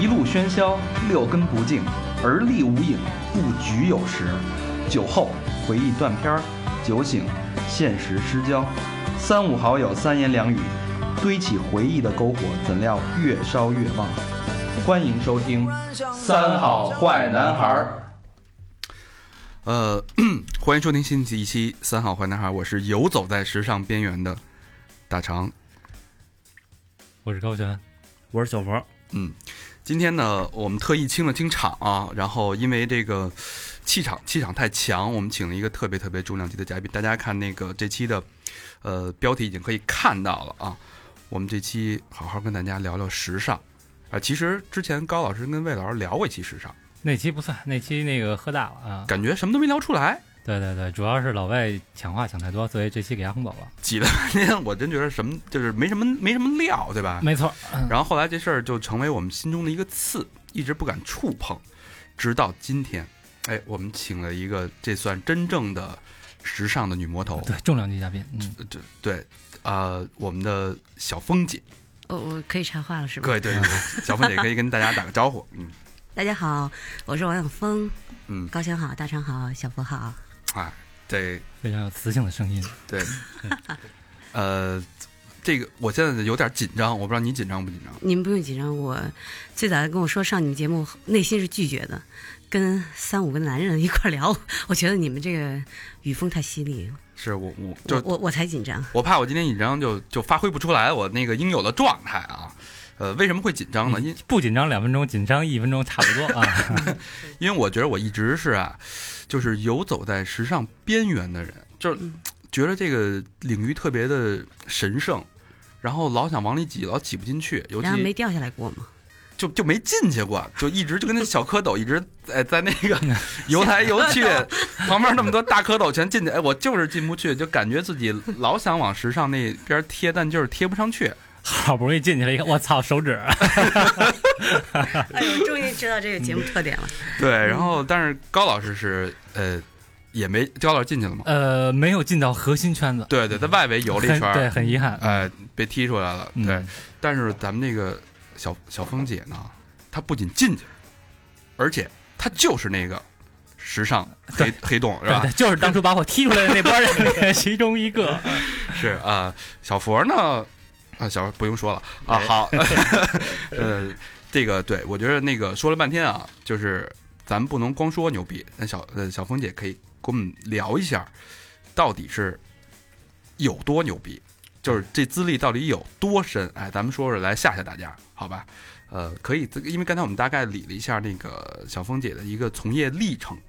路喧嚣，六根不净，而立无影，不局有时。酒后回忆断片，酒醒现实失焦。三五好友三言两语，堆起回忆的篝火，怎料越烧越旺。欢迎收听《三好坏男孩》。 欢迎收听新一期《三好坏男孩》，我是游走在时尚边缘的大长， 我是高璇， 我是小佛。 今天呢，我们特意清了清场啊，然后因为这个气场太强，我们请了一个特别重量级的嘉宾。大家看那个这期的标题已经可以看到了啊。我们这期好好跟大家聊聊时尚啊。其实之前高老师跟魏老师聊过一期时尚， 那期不算，那期那个喝大了啊， 感觉什么都没聊出来。 对，主要是老外抢话抢太多，所以这期给压轰走了。 挤了半天，我真觉得什么就是没什么料，对吧？ 没错。 然后后来这事儿就成为我们心中的一个刺，一直不敢触碰，直到今天，我们请了一个这算真正的时尚的女魔头， 对，重量级嘉宾。 对，我们的小峰姐。 我可以插话了是吧？ 对，小峰姐可以跟大家打个招呼。 大家好，我是王小峰。高翔好，大长好，小佛好。 对， 非常有磁性的声音。 对，这个我现在有点紧张，我不知道你紧张不紧张？ 你们不用紧张，我最早跟我说上你们节目，内心是拒绝的。跟3-5个男人一块聊，我觉得你们这个语风太犀利。 是我才紧张， 我怕我今天紧张就发挥不出来我那个应有的状态啊。为什么会紧张呢？ 不紧张2分钟，紧张1分钟差不多啊。 因为我觉得我一直是就是游走在时尚边缘的人，就是觉得这个领域特别的神圣，然后老想往里挤，老挤不进去。尤其然后没掉下来过吗？ 就没进去过，就一直就跟那小蝌蚪一直在那个游来游去，旁边那么多大蝌蚪全进去，我就是进不去，就感觉自己老想往时尚那边贴，但就是贴不上去。 好不容易进去了，一看，我操，手指！ 哎呦，终于知道这个节目特点了。 对，然后但是高老师是也没，高老师进去了吗？ 没有进到核心圈子。 对，在外围游了一圈， 对，很遗憾。 被踢出来了。对，但是咱们那个小峰姐呢，她不仅进去，而且她就是那个时尚黑洞，是吧？ 对，就是当初把我踢出来的那波人其中一个。 是小佛呢？小佛不用说了啊。好，这个对我觉得那个说了半天啊，就是咱们不能光说牛逼，那小峰姐可以跟我们聊一下，到底是有多牛逼，就是这资历到底有多深？咱们说来吓大家，好吧？可以，因为刚才我们大概理了一下那个小峰姐的一个从业历程。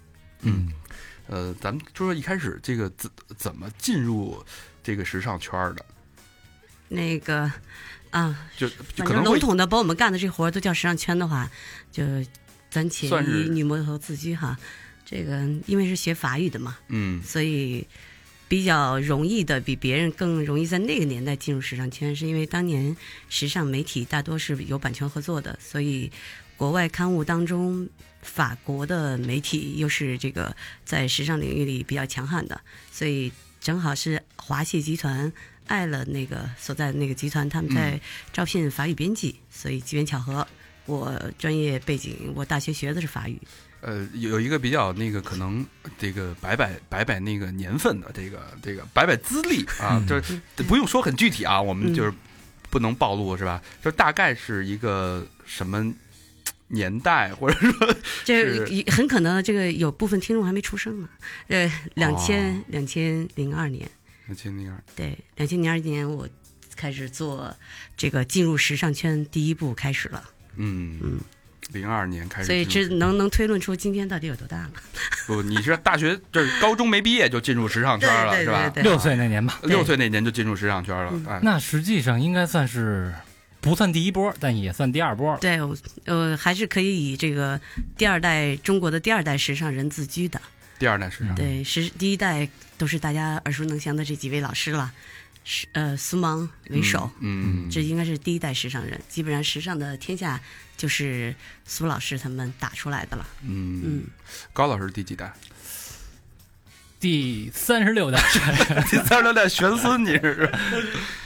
咱们就说一开始这个怎么进入这个时尚圈的？ 那个就反可能正笼统的把我们干的这活都叫时尚圈的话，就暂且以女魔头自居哈。这个因为是学法语的嘛，所以比较容易的，比别人更容易在那个年代进入时尚圈，是因为当年时尚媒体大多是有版权合作的，所以国外刊物当中，法国的媒体又是这个在时尚领域里比较强悍的，所以正好是华谢集团爱了那个所在的那个集团，他们在招聘法语编辑，所以机缘巧合，我专业背景，我大学学的是法语。 有一个比较那个可能这个摆那个年份的这个摆资历啊，就是不用说很具体啊，我们就是不能暴露是吧？就大概是一个什么年代，或者说这很可能这个有部分听众还没出生呢。2002年。对，2002年我开始做这个进入时尚圈第一步开始了。 02年开始， 所以这能推论出今天到底有多大了。 不，你是大学就是高中没毕业就进入时尚圈了， 对是吧 ？6岁那年吧 ，6岁那年就进入时尚圈了。 那实际上应该算是不算第一波，但也算第二波。 对，还是可以以这个中国的第二代时尚人自居的。 第二代时尚， 对，第一代都是大家耳熟能详的这几位老师了，苏芒为首，这应该是第一代时尚人，基本上时尚的天下就是苏老师他们打出来的了。 高老师第几代？ 第36代， 第36代玄孙，你是？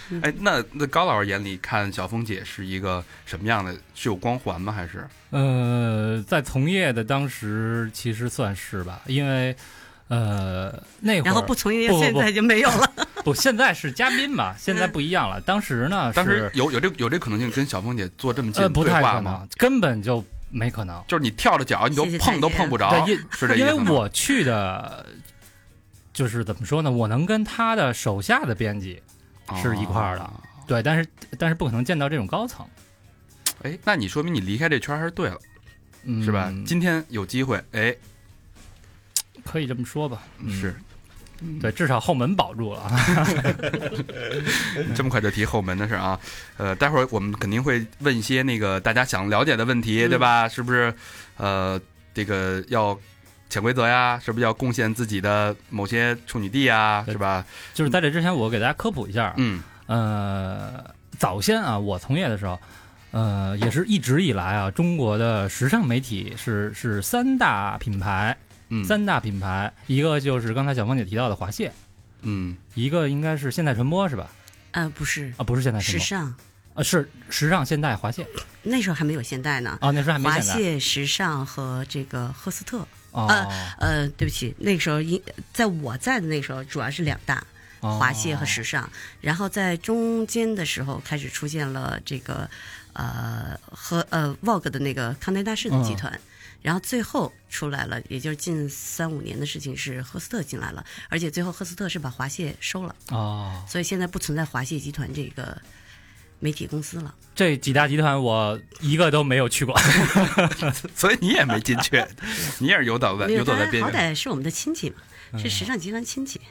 哎，那高老师眼里看小凤姐是一个什么样的？是有光环吗？还是？ 在从业的当时其实算是吧，因为那会儿， 然后不从业，现在就没有了。 不，现在是嘉宾嘛，现在不一样了。当时呢， 当时有这可能性跟小凤姐坐这么近不太对话吗？ 可能，根本就没可能。 就是你跳着脚，你都碰都碰不着，是这意思吗？ 因为我去的，就是怎么说呢？我能跟他的手下的编辑是一块儿的，对，但是不可能见到这种高层。 哎，那你说明你离开这圈还是对了，是吧？今天有机会，哎， 可以这么说吧？ 是。 对，至少后门保住了。 这么快就提后门的事啊？待会儿我们肯定会问一些那个大家想了解的问题，对吧？是不是？这个要潜规则呀？是不是要贡献自己的某些处女地啊？是吧？ 就是在这之前，我给大家科普一下。早先啊，我从业的时候，也是一直以来啊，中国的时尚媒体是三大品牌。三大品牌，一个就是刚才小芳姐提到的华谢，一个应该是现代传播是吧？ 不是啊，不是现代传播， 时尚是时尚、现代、华谢。 那时候还没有现代呢。 那时候还没现代。 华谢、时尚和这个赫斯特。对不起，那个时候在我在的那时候主要是两大，华谢和时尚。然后在中间的时候开始出现了这个Vogue 的那个康奈大仕的集团。然后最后出来了，也就是近3-5年的事情是赫斯特进来了，而且最后赫斯特是把华谢收了所以现在不存在华谢集团这个媒体公司了。 这几大集团我一个都没有去过， 所以你也没进去，你也是游走在边缘。 好歹是我们的亲戚嘛，是时尚集团亲戚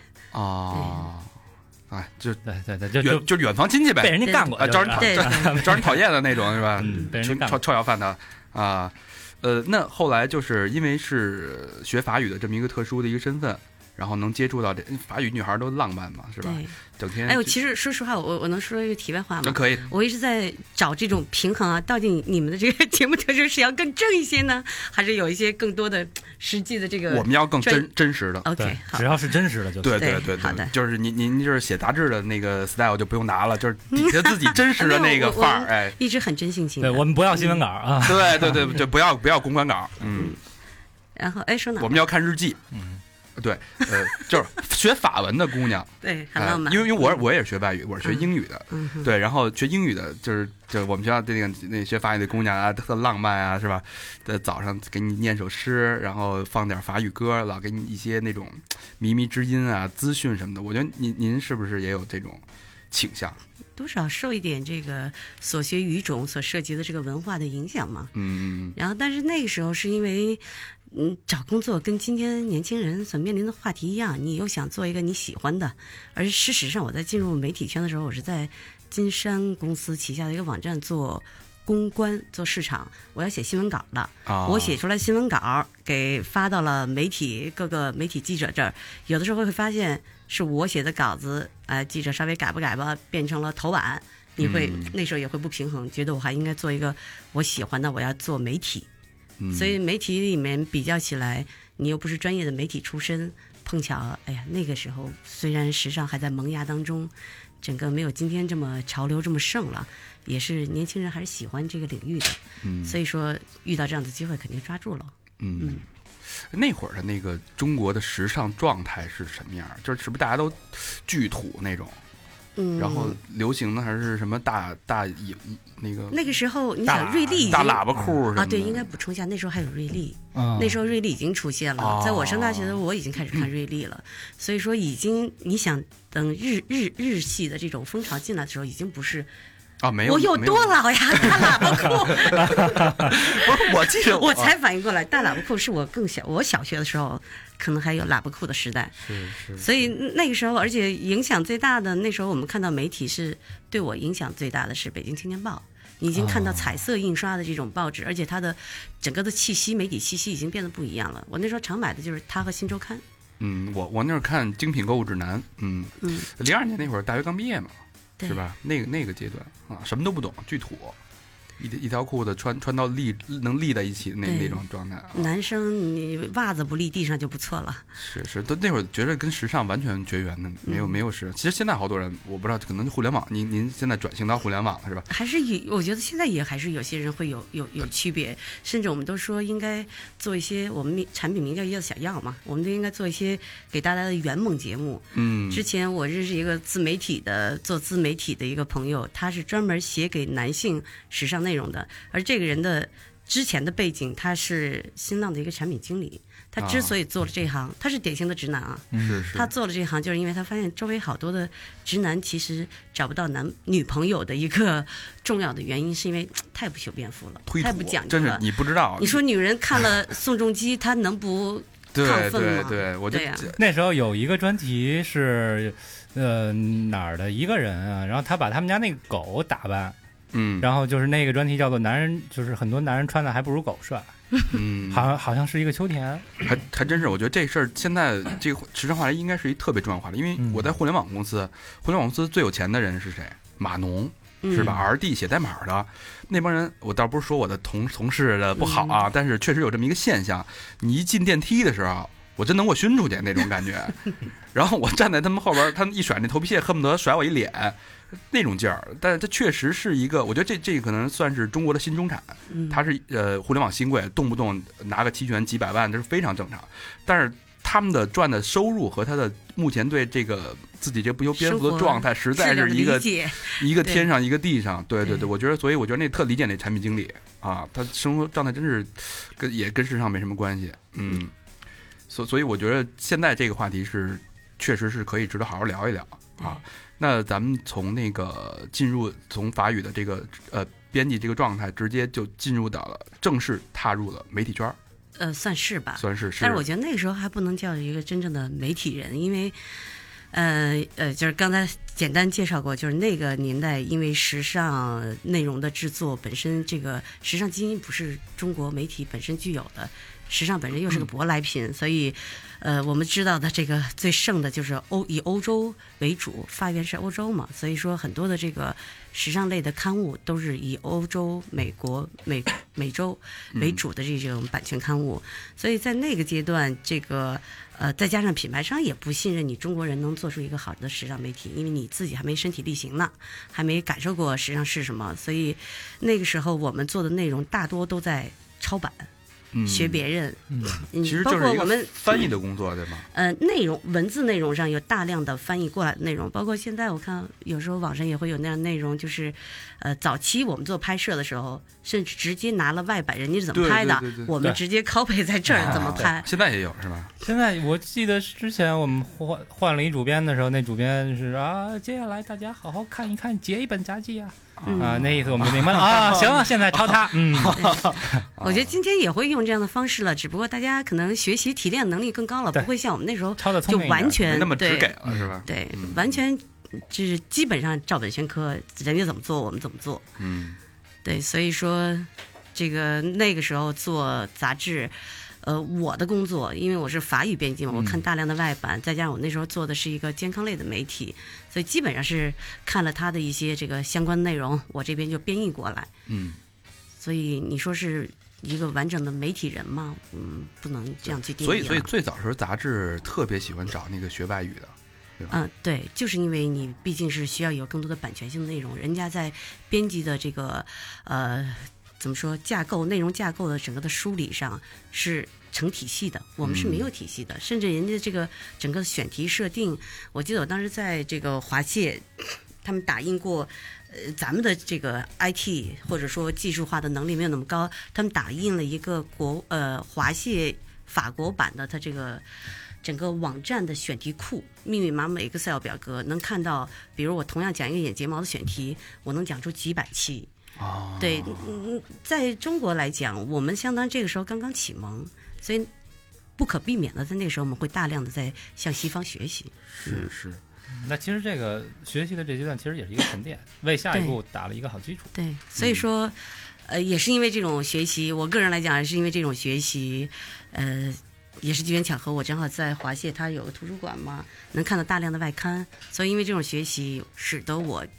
哎，就就远房亲戚呗， 被人家干过， 招人讨厌的那种是吧？ 被人家干过， 臭要饭的啊。那后来就是因为是学法语的这么一个特殊的一个身份，然后能接触到这法语女孩都浪漫嘛，是吧？ 对， 整天。 哎，我其实说实话，我能说一个题外话吗？ 可以。 我一直在找这种平衡啊，到底你们的这个节目特征是要更正一些呢，还是有一些更多的实际的这个？ 我们要更真实的。 OK， 好， 只要是真实的就对对对， 好的。 就是您就是写杂志的那个 style 就不用拿了，就是底下自己真实的那个范儿，哎， 一直很真性情。 对，我们不要新闻稿啊。 对，就不要公关稿。 然后说哪？ 我们要看日记。对，就是学法文的姑娘， 对，很浪漫。 因为我也是学外语，我是学英语的，对，然后学英语的就是我们学校那学法语的姑娘啊，特浪漫啊，是吧？早上给你念首诗，然后放点法语歌，老给你一些那种靡靡之音啊、资讯什么的。我觉得您是不是也有这种倾向？ 多少受一点这个所学语种所涉及的这个文化的影响嘛。然后，但是那个时候是因为。找工作跟今天年轻人所面临的话题一样，你又想做一个你喜欢的，而事实上我在进入媒体圈的时候，我是在金山公司旗下的一个网站做公关、做市场，我要写新闻稿的。我写出来新闻稿给发到了各个媒体记者这儿，有的时候会发现是我写的稿子，记者稍微改吧，变成了头版，你会那时候也会不平衡，觉得我还应该做一个我喜欢的，我要做媒体。所以媒体里面比较起来，你又不是专业的媒体出身，碰巧，哎呀，那个时候虽然时尚还在萌芽当中，整个没有今天这么潮流这么盛了，也是年轻人还是喜欢这个领域的，所以说遇到这样的机会肯定抓住了。 那会儿的那个中国的时尚状态是什么样？就是是不是大家都巨土那种？然后流行的还是什么大那个时候， 你想瑞丽大喇叭裤啊？对，应该补充一下，那时候还有瑞丽，那时候瑞丽已经出现了，在我上大学的时候，我已经开始看瑞丽了，所以说已经你想等日系的这种风潮进来的时候，已经不是。 没有， 我有多老呀！大喇叭裤， 不是我记得， 我才反应过来，大喇叭裤是我小学的时候，可能还有喇叭裤的时代。 是。 所以那个时候，而且影响最大的，那时候我们看到媒体是对我影响最大的是《北京青年报》，你已经看到彩色印刷的这种报纸，而且它的整个的气息，媒体气息已经变得不一样了。我那时候常买的就是它和《新周刊》。 我那时候看《精品购物指南》。02年那会儿大学刚毕业嘛。是吧？那个阶段啊，什么都不懂，巨土。 一条裤子穿到能立在一起的那种状态。 男生你袜子不立地上就不错了。 是，都那会儿觉得跟时尚完全绝缘的，没有时尚。其实现在好多人，我不知道，可能互联网，您现在转型到互联网了是吧？ 还是我觉得现在也还是有些人会有区别，甚至我们都说应该做一些，我们产品名叫椰子小样嘛，我们都应该做一些给大家的圆梦节目。之前我认识一个做自媒体的一个朋友，他是专门写给男性时尚内容的，而这个人的之前的背景，他是新浪的一个产品经理。他之所以做了这行，他是典型的直男啊。他做了这行，就是因为他发现周围好多的直男其实找不到女朋友的一个重要的原因，是因为太不修边幅了，太不讲究了。 真是你不知道， 你说女人看了宋仲基，她能不亢奋吗？ 对，我就那时候有一个专题是，哪儿的一个人啊，然后他把他们家那个狗打扮。然后就是那个专题叫做男人，就是很多男人穿的还不如狗帅。好像是一个秋田， 还真是。我觉得这事儿现在这个时尚化应该是一特别重要化的，因为我在互联网公司，最有钱的人是谁？码农是吧？RD 写代码的那帮人，我倒不是说我的同事的不好啊，但是确实有这么一个现象，你一进电梯的时候，我真能给我熏出去那种感觉。然后我站在他们后边，他们一甩那头皮屑，恨不得甩我一脸。那种劲儿，但是它确实是一个，我觉得这可能算是中国的新中产，它是互联网新贵，动不动拿个期权几百万，这是非常正常。但是他们的赚的收入和他的目前对这个自己这不修边幅的状态，实在是一个天上一个地上。对，我觉得我觉得那特理解那产品经理啊，他生活状态真是也跟时尚没什么关系。所以我觉得现在这个话题确实是可以值得好好聊一聊啊。那咱们从从法语的这个编辑这个状态，直接就进入到了正式踏入了媒体圈。 算是吧， 算是。 但是我觉得那个时候还不能叫一个真正的媒体人，因为就是刚才简单介绍过，就是那个年代，因为时尚内容的制作本身，这个时尚基因不是中国媒体本身具有的。时尚本身又是个舶来品，所以，我们知道的这个最盛的就是以欧洲为主，发源是欧洲嘛，所以说很多的这个时尚类的刊物都是以欧洲、美国、美洲为主的这种版权刊物，所以在那个阶段，这个再加上品牌商也不信任你中国人能做出一个好的时尚媒体，因为你自己还没身体力行呢，还没感受过时尚是什么，所以那个时候我们做的内容大多都在抄版。学别人， 其实就是一个翻译的工作，对吗？ 文字内容上有大量的翻译过来的内容，包括现在我看有时候网上也会有那样的内容，就是早期我们做拍摄的时候，甚至直接拿了外版人家是怎么拍的，我们直接 copy 在这儿怎么拍。 现在也有是吧？ 现在我记得之前我们换了一主编的时候，那主编是接下来大家好好看一看，结一本杂技啊。那意思我们就明白了啊！行，现在抄他。 我觉得今天也会用这样的方式了，只不过大家可能学习提炼能力更高了，不会像我们那时候就完全那么只给了是吧？ 对，完全就是基本上照本宣科，人家怎么做我们怎么做。对，所以说这个那个时候做杂志。我的工作，因为我是法语编辑嘛，我看大量的外版，再加上我那时候做的是一个健康类的媒体，所以基本上是看了他的一些这个相关内容，我这边就编译过来。所以你说是一个完整的媒体人嘛？不能这样去定义。 所以最早时候杂志特别喜欢找那个学外语的。对吧？ 对，就是因为你毕竟是需要有更多的版权性的内容，人家在编辑的这个怎么说内容架构的整个的梳理上是成体系的，我们是没有体系的，甚至人家这个整个选题设定，我记得我当时在这个华谢，他们打印过，咱们的这个 IT 或者说技术化的能力没有那么高，他们打印了一个华谢法国版的它这个整个网站的选题库，密密麻麻 Excel 表格，能看到，比如我同样讲一个眼睫毛的选题，我能讲出几百期。对，在中国来讲，我们相当这个时候刚刚启蒙，所以不可避免的在那个时候我们会大量的在向西方学习。 是。 那其实这个学习的这阶段其实也是一个沉淀，为下一步打了一个好基础。 对，所以说，也是因为这种学习，我个人来讲也是因为这种学习，也是机缘巧合，我正好在华谢，它有个图书馆嘛，能看到大量的外刊，所以因为这种学习，使得我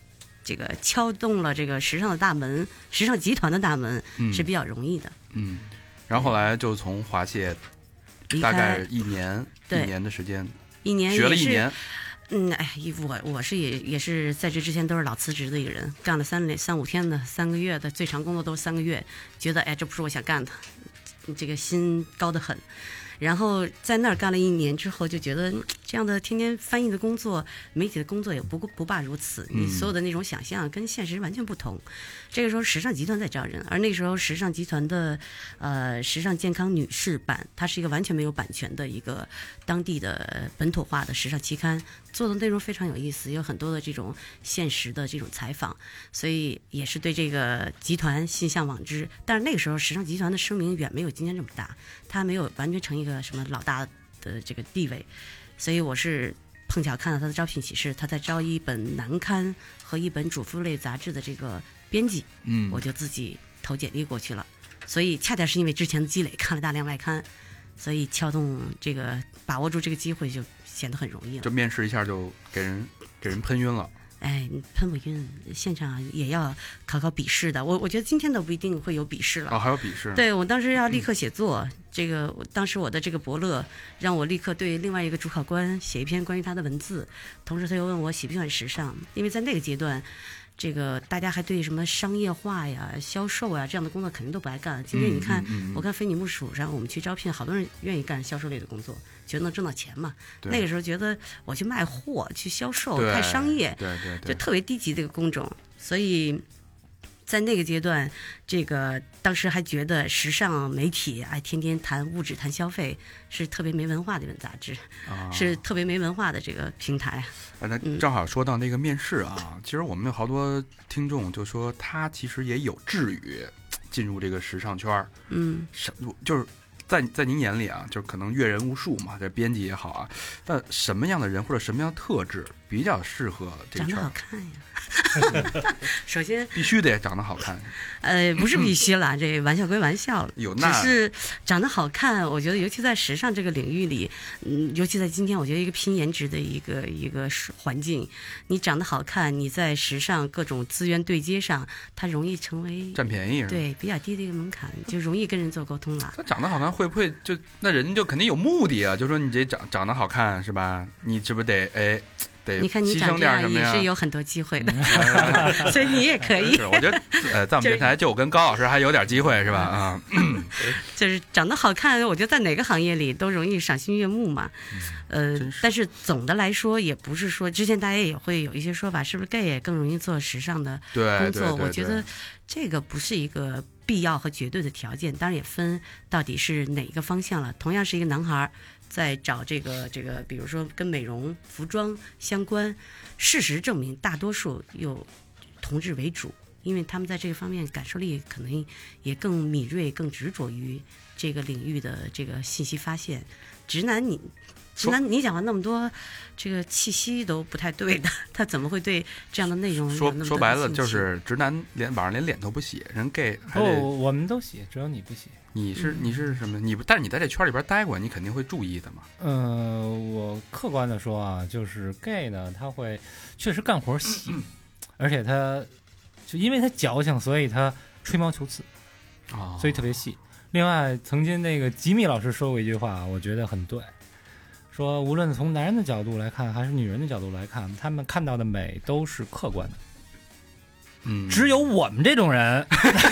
这个敲动了这个时尚的大门，时尚集团的大门是比较容易的。 然后后来就从华谢大概一年的时间，学了1年。 我是也是在这之前都是老辞职的一个人，干了3-5天的3个月的，最长工作都是3个月，觉得这不是我想干的，这个心高得很。然后在那儿干了1年之后，就觉得这样的天天翻译的工作、媒体的工作也不罢如此。你所有的那种想象跟现实完全不同。这个时候时尚集团在招人，而那时候时尚集团的时尚健康女士版，它是一个完全没有版权的一个当地的本土化的时尚期刊，做的内容非常有意思，有很多的这种现实的这种采访，所以也是对这个集团心向往之。但是那个时候时尚集团的声名远没有今天这么大，它没有完全成一个什么老大的这个地位，所以我是碰巧看到他的招聘启事，他在招一本男刊和一本主妇类杂志的这个编辑，我就自己投简历过去了。所以恰恰是因为之前的积累，看了大量外刊，所以撬动这个把握住这个机会就显得很容易了。 就面试一下就给人喷晕了。 你喷不晕，现场也要考笔试的。我觉得今天都不一定会有笔试了。 还有笔试？对， 我当时要立刻写作，这个当时我的这个伯乐让我立刻对另外一个主考官写一篇关于他的文字，同时他又问我喜不喜欢时尚，因为在那个阶段。这个大家还对什么商业化呀、销售呀这样的工作肯定都不爱干。今天你看，我看非你莫属上，我们去招聘，好多人愿意干销售类的工作，觉得能挣到钱嘛。那个时候觉得我去卖货、去销售太商业， 对， 就特别低级的一个工种。所以在那个阶段，这个当时还觉得时尚媒体天天谈物质、谈消费，是特别没文化的一本杂志，是特别没文化的这个平台。 那正好说到那个面试啊，其实我们有好多听众就说他其实也有志于进入这个时尚圈，就是在您眼里啊，就是可能阅人无数嘛，这编辑也好啊，但什么样的人或者什么样的特质比较适合这个圈？ 长得好看呀。首先必须得长得好看。 不是必须啦，这玩笑归玩笑，只是长得好看。我觉得，尤其在时尚这个领域里，尤其在今天，我觉得一个拼颜值的一个环境，你长得好看，你在时尚各种资源对接上，它容易成为占便宜， 对比较低的一个门槛，就容易跟人做沟通了。 他长得好看会不会就那人就肯定有目的啊？就说你这长得好看是吧？你是不是得你看你长这样也是有很多机会的，所以你也可以。 我觉得在我们电台就我跟高老师还有点机会是吧？ 就是长得好看，我觉得在哪个行业里都容易赏心悦目嘛。但是总的来说也不是说，之前大家也会有一些说法，是不是 gay 也更容易做时尚的工作？ 对， 我觉得这个不是一个必要和绝对的条件，当然也分到底是哪个方向了。同样是一个男孩。在找这个，比如说跟美容、服装相关，事实证明，大多数有同志为主，因为他们在这个方面感受力可能也更敏锐、更执着于这个领域的这个信息发现。直男你讲了那么多，这个气息都不太对的，他怎么会对这样的内容有那么多说白了就是直男晚上连脸都不洗，人 gay 还得我们都洗，只有你不洗。 你是什么？但是你在这圈里边待过，你肯定会注意的嘛。 我客观的说啊，就是 gay 呢，他会确实干活细，而且他就因为他矫情，所以他吹毛求疵，所以特别细。另外，曾经那个吉米老师说过一句话，我觉得很对，说无论从男人的角度来看，还是女人的角度来看，他们看到的美都是客观的。只有我们这种人。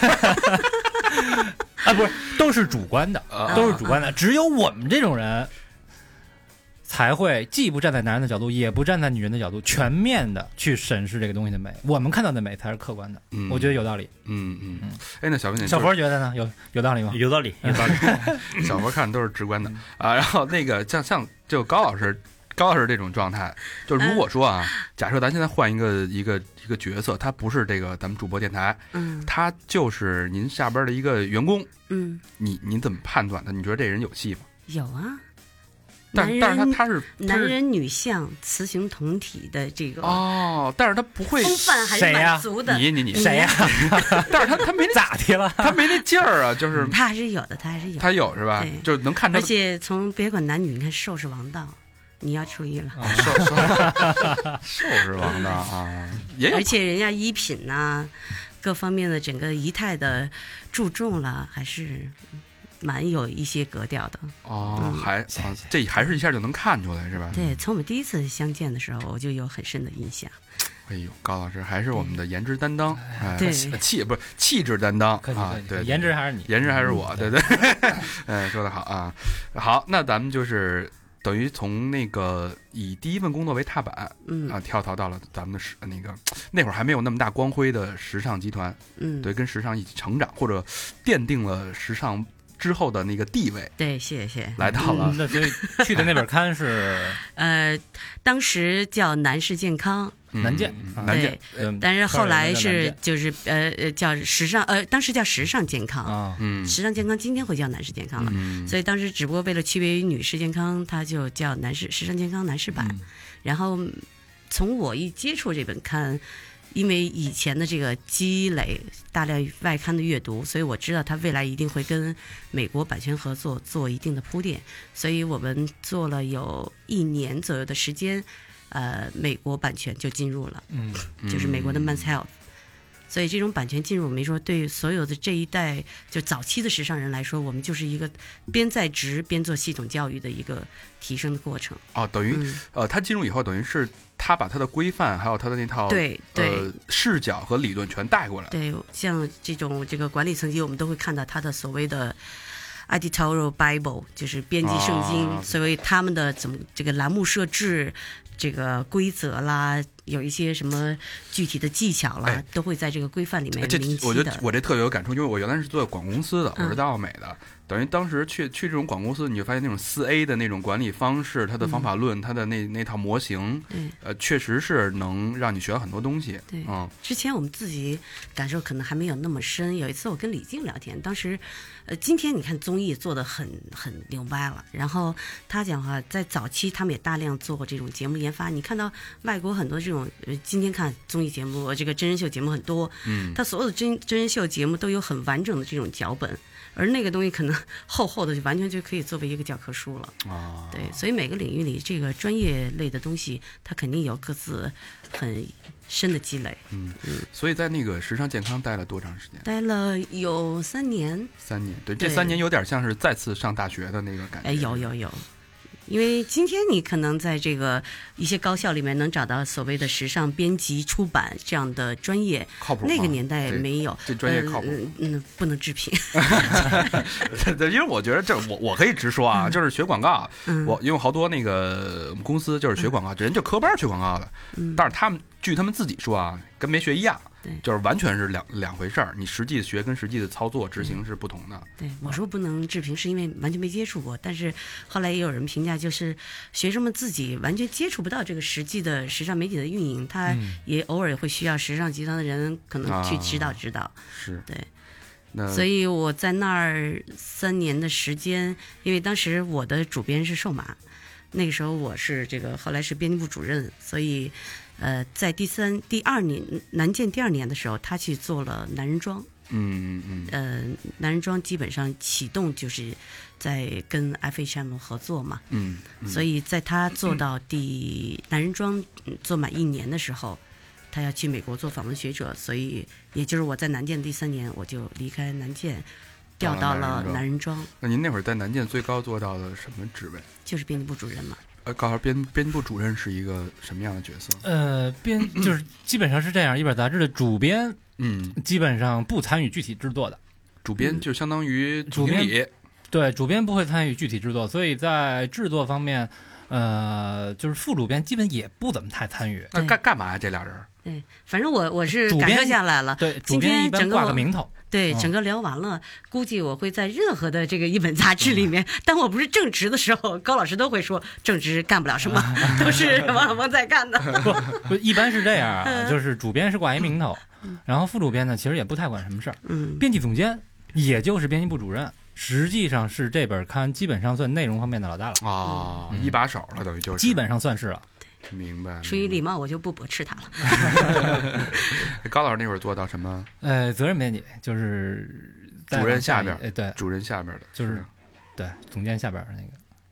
不是，都是主观的，都是主观的。只有我们这种人才会既不站在男人的角度，也不站在女人的角度，全面的去审视这个东西的美。我们看到的美才是客观的，我觉得有道理。 那小佛觉得呢？有道理吗？ 有道理。 小佛看都是直观的啊。然后那个像就高老师这种状态，就如果说啊，假设咱现在换一个角色，他不是这个咱们主播电台，他就是您下边的一个员工，您怎么判断他？你觉得这人有戏吗？ 有啊， 但是他是男人女相，雌雄同体的这个但是他不会风范还是满足的。 你谁呀？ 但是他没咋的了？ 他没那劲儿啊，就是他还是有的，他有是吧？就能看出。 而且从别管男女，你看瘦是王道。 你要注意了。 寿是王的啊，也有， 而且人家衣品呐、各方面的整个仪态的注重了，还是蛮有一些格调的。 哦，这还是一下就能看出来是吧？ 对，从我们第一次相见的时候，我就有很深的印象。 哎呦，高老师还是我们的颜值担当， 对， 气质担当啊，对， 颜值还是你， 颜值还是我，对对，说得好啊。好，那咱们就是等于从那个以第一份工作为踏板，跳槽到了咱们的那会儿还没有那么大光辉的时尚集团，对，跟时尚一起成长，或者奠定了时尚之后的那个地位。 对，谢谢。 来到了， 那所以去的那本刊是当时叫南市健康。 南健， 对，但是后来是就是叫时尚，当时叫时尚健康啊，时尚健康今天会叫南市健康了，所以当时只不过为了区别于女士健康，它就叫时尚健康男士版。然后从我一接触这本刊，因为以前的这个积累大量外刊的阅读，所以我知道它未来一定会跟美国版权合作做一定的铺垫，所以我们做了有1年左右的时间。美国版权就进入了，就是美国的 Men's Health， 所以这种版权进入，我们说对所有的这一代就早期的时尚人来说，我们就是一个边在职边做系统教育的一个提升的过程。 哦，等于他进入以后，等于是他把他的规范还有他的那套对视角和理论全带过来。 对，像这个管理层级，我们都会看到他的所谓的editorial Bible， 就是编辑圣经，所谓他们的这个栏目设置。这个规则啦，有一些什么具体的技巧啦，都会在这个规范里面明晰的。 我觉得我这特别有感触，因为我原来是做广告公司的，我是在奥美的，等于当时去这种广告公司，你就发现那种4A 的那种管理方式，它的方法论，它的那套模型，确实是能让你学到很多东西。 对，之前我们自己感受可能还没有那么深。有一次我跟李静聊天，当时，今天你看综艺做得很牛掰了，然后他讲话在早期他们也大量做这种节目研发。你看到外国很多这种，今天看综艺节目，这个真人秀节目很多，他所有的真人秀节目都有很完整的这种脚本。而那个东西可能厚厚的，就完全就可以作为一个教科书了。对，所以每个领域里这个专业类的东西，它肯定有各自很深的积累。 所以在那个时尚健康待了多长时间？ 待了有3年。 3年，对，这3年有点像是再次上大学的那个感觉。 有。因为今天你可能在这个一些高校里面能找到所谓的时尚编辑出版这样的专业， 靠谱吗？ 那个年代没有， 这专业靠谱？ 不能置评。 因为我觉得我可以直说啊，就是学广告，因为好多那个我们公司就是学广告，人就科班学广告的，但是他们据他们自己说啊，跟没学一样。就是完全是两回事儿，你实际的学跟实际的操作执行是不同的。 对，我说不能置评，是因为完全没接触过。但是后来也有人评价，就是学生们自己完全接触不到这个实际的时尚媒体的运营，他也偶尔会需要时尚集团的人可能去指导。 是， 对。所以我在那儿3年的时间，因为当时我的主编是瘦马，那个时候我是后来是编辑部主任，所以。在第2年南建第2年的时候，他去做了男人装。男人装基本上启动就是在跟 FHM 合作嘛。所以在他做到男人装做满1年的时候，他要去美国做访问学者，所以也就是我在南建第3年，我就离开南建，调到了男人装。 那您那会儿在南建最高做到了什么职位？ 就是编辑部主任嘛。 告诉编辑部主任是一个什么样的角色？ 就是基本上是这样，一本杂志的主编，基本上不参与具体制作的。 主编就相当于主经理， 对，主编不会参与具体制作，所以在制作方面，就是副主编基本也不怎么太参与。 那干嘛呀？这俩人？ 对，反正我是感受下来了。 对，主编一般挂个名头。 对，整个聊完了，估计我会在任何的这个一本杂志里面，当我不是正职的时候，高老师都会说正职干不了什么，都是王小峰在干的。 不，一般是这样啊，就是主编是挂一名头，然后副主编呢，其实也不太管什么事儿。编辑总监也就是编辑部主任，实际上是这本刊基本上算内容方面的老大了啊，一把手了，等于就是基本上算是了。 明白。 出于礼貌，我就不驳斥他了。 高老师那会儿做到什么？ 责任编辑就是主任下边， 对， 主任下边的， 就是对总监下边那个。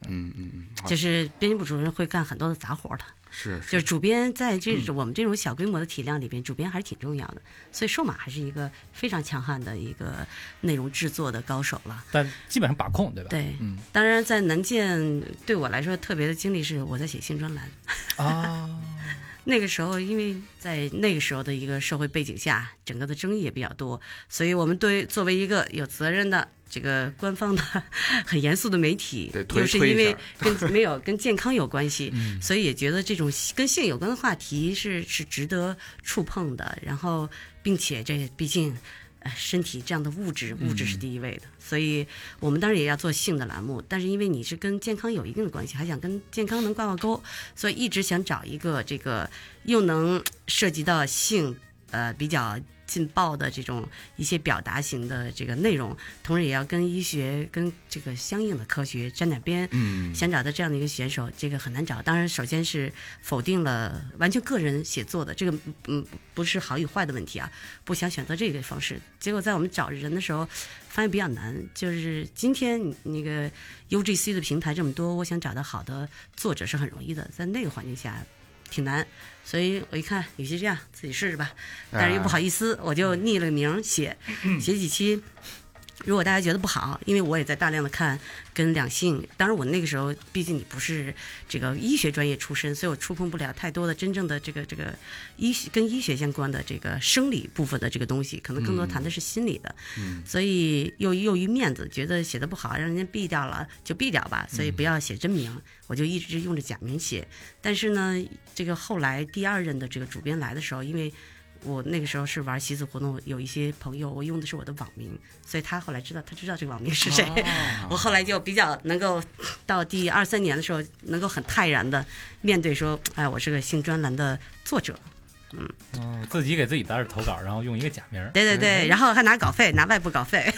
就是编辑部主任会干很多的杂活的。就是主编在我们这种小规模的体量里边，主编还是挺重要的，所以瘦马还是一个非常强悍的一个内容制作的高手了。 但基本上把控，对吧？ 对，当然在南建对我来说特别的经历是我在写新专栏啊。那个时候，因为在那个时候的一个社会背景下，整个的争议也比较多，所以我们作为一个有责任的这个官方的很严肃的媒体，又是因为跟健康有关系，所以也觉得这种跟性有关的话题是值得触碰的。然后，并且这毕竟身体这样的物质是第一位的，所以我们当然也要做性的栏目，但是因为你是跟健康有一定的关系，还想跟健康能挂钩，所以一直想找一个这个又能涉及到性比较劲爆的这种一些表达型的这个内容，同时也要跟医学跟这个相应的科学沾点边。想找到这样的一个选手，这个很难找。当然，首先是否定了完全个人写作的这个，不是好与坏的问题啊，不想选择这个方式。结果在我们找人的时候，发现比较难。就是今天那个 UGC 的平台这么多，我想找到好的作者是很容易的，在那个环境下挺难。所以我一看，与其这样，自己试试吧。但是又不好意思，我就拟了个名写几期。如果大家觉得不好，因为我也在大量的看跟两性，当然我那个时候毕竟你不是这个医学专业出身，所以我触碰不了太多的真正的这个跟医学相关的这个生理部分的这个东西，可能更多谈的是心理的。所以又于面子，觉得写的不好，让人家毙掉了就毙掉吧，所以不要写真名，我就一直用着假名写。但是呢，这个后来第二任的这个主编来的时候，因为我那个时候是玩习字活动，有一些朋友我用的是我的网名，所以他后来知道这个网名是谁。我后来就比较能够到第2、3年的时候，能够很泰然的面对说，哎，我是个性专栏的作者。 自己给自己打点投稿，然后用一个假名。 对，然后还拿稿费，拿外部稿费。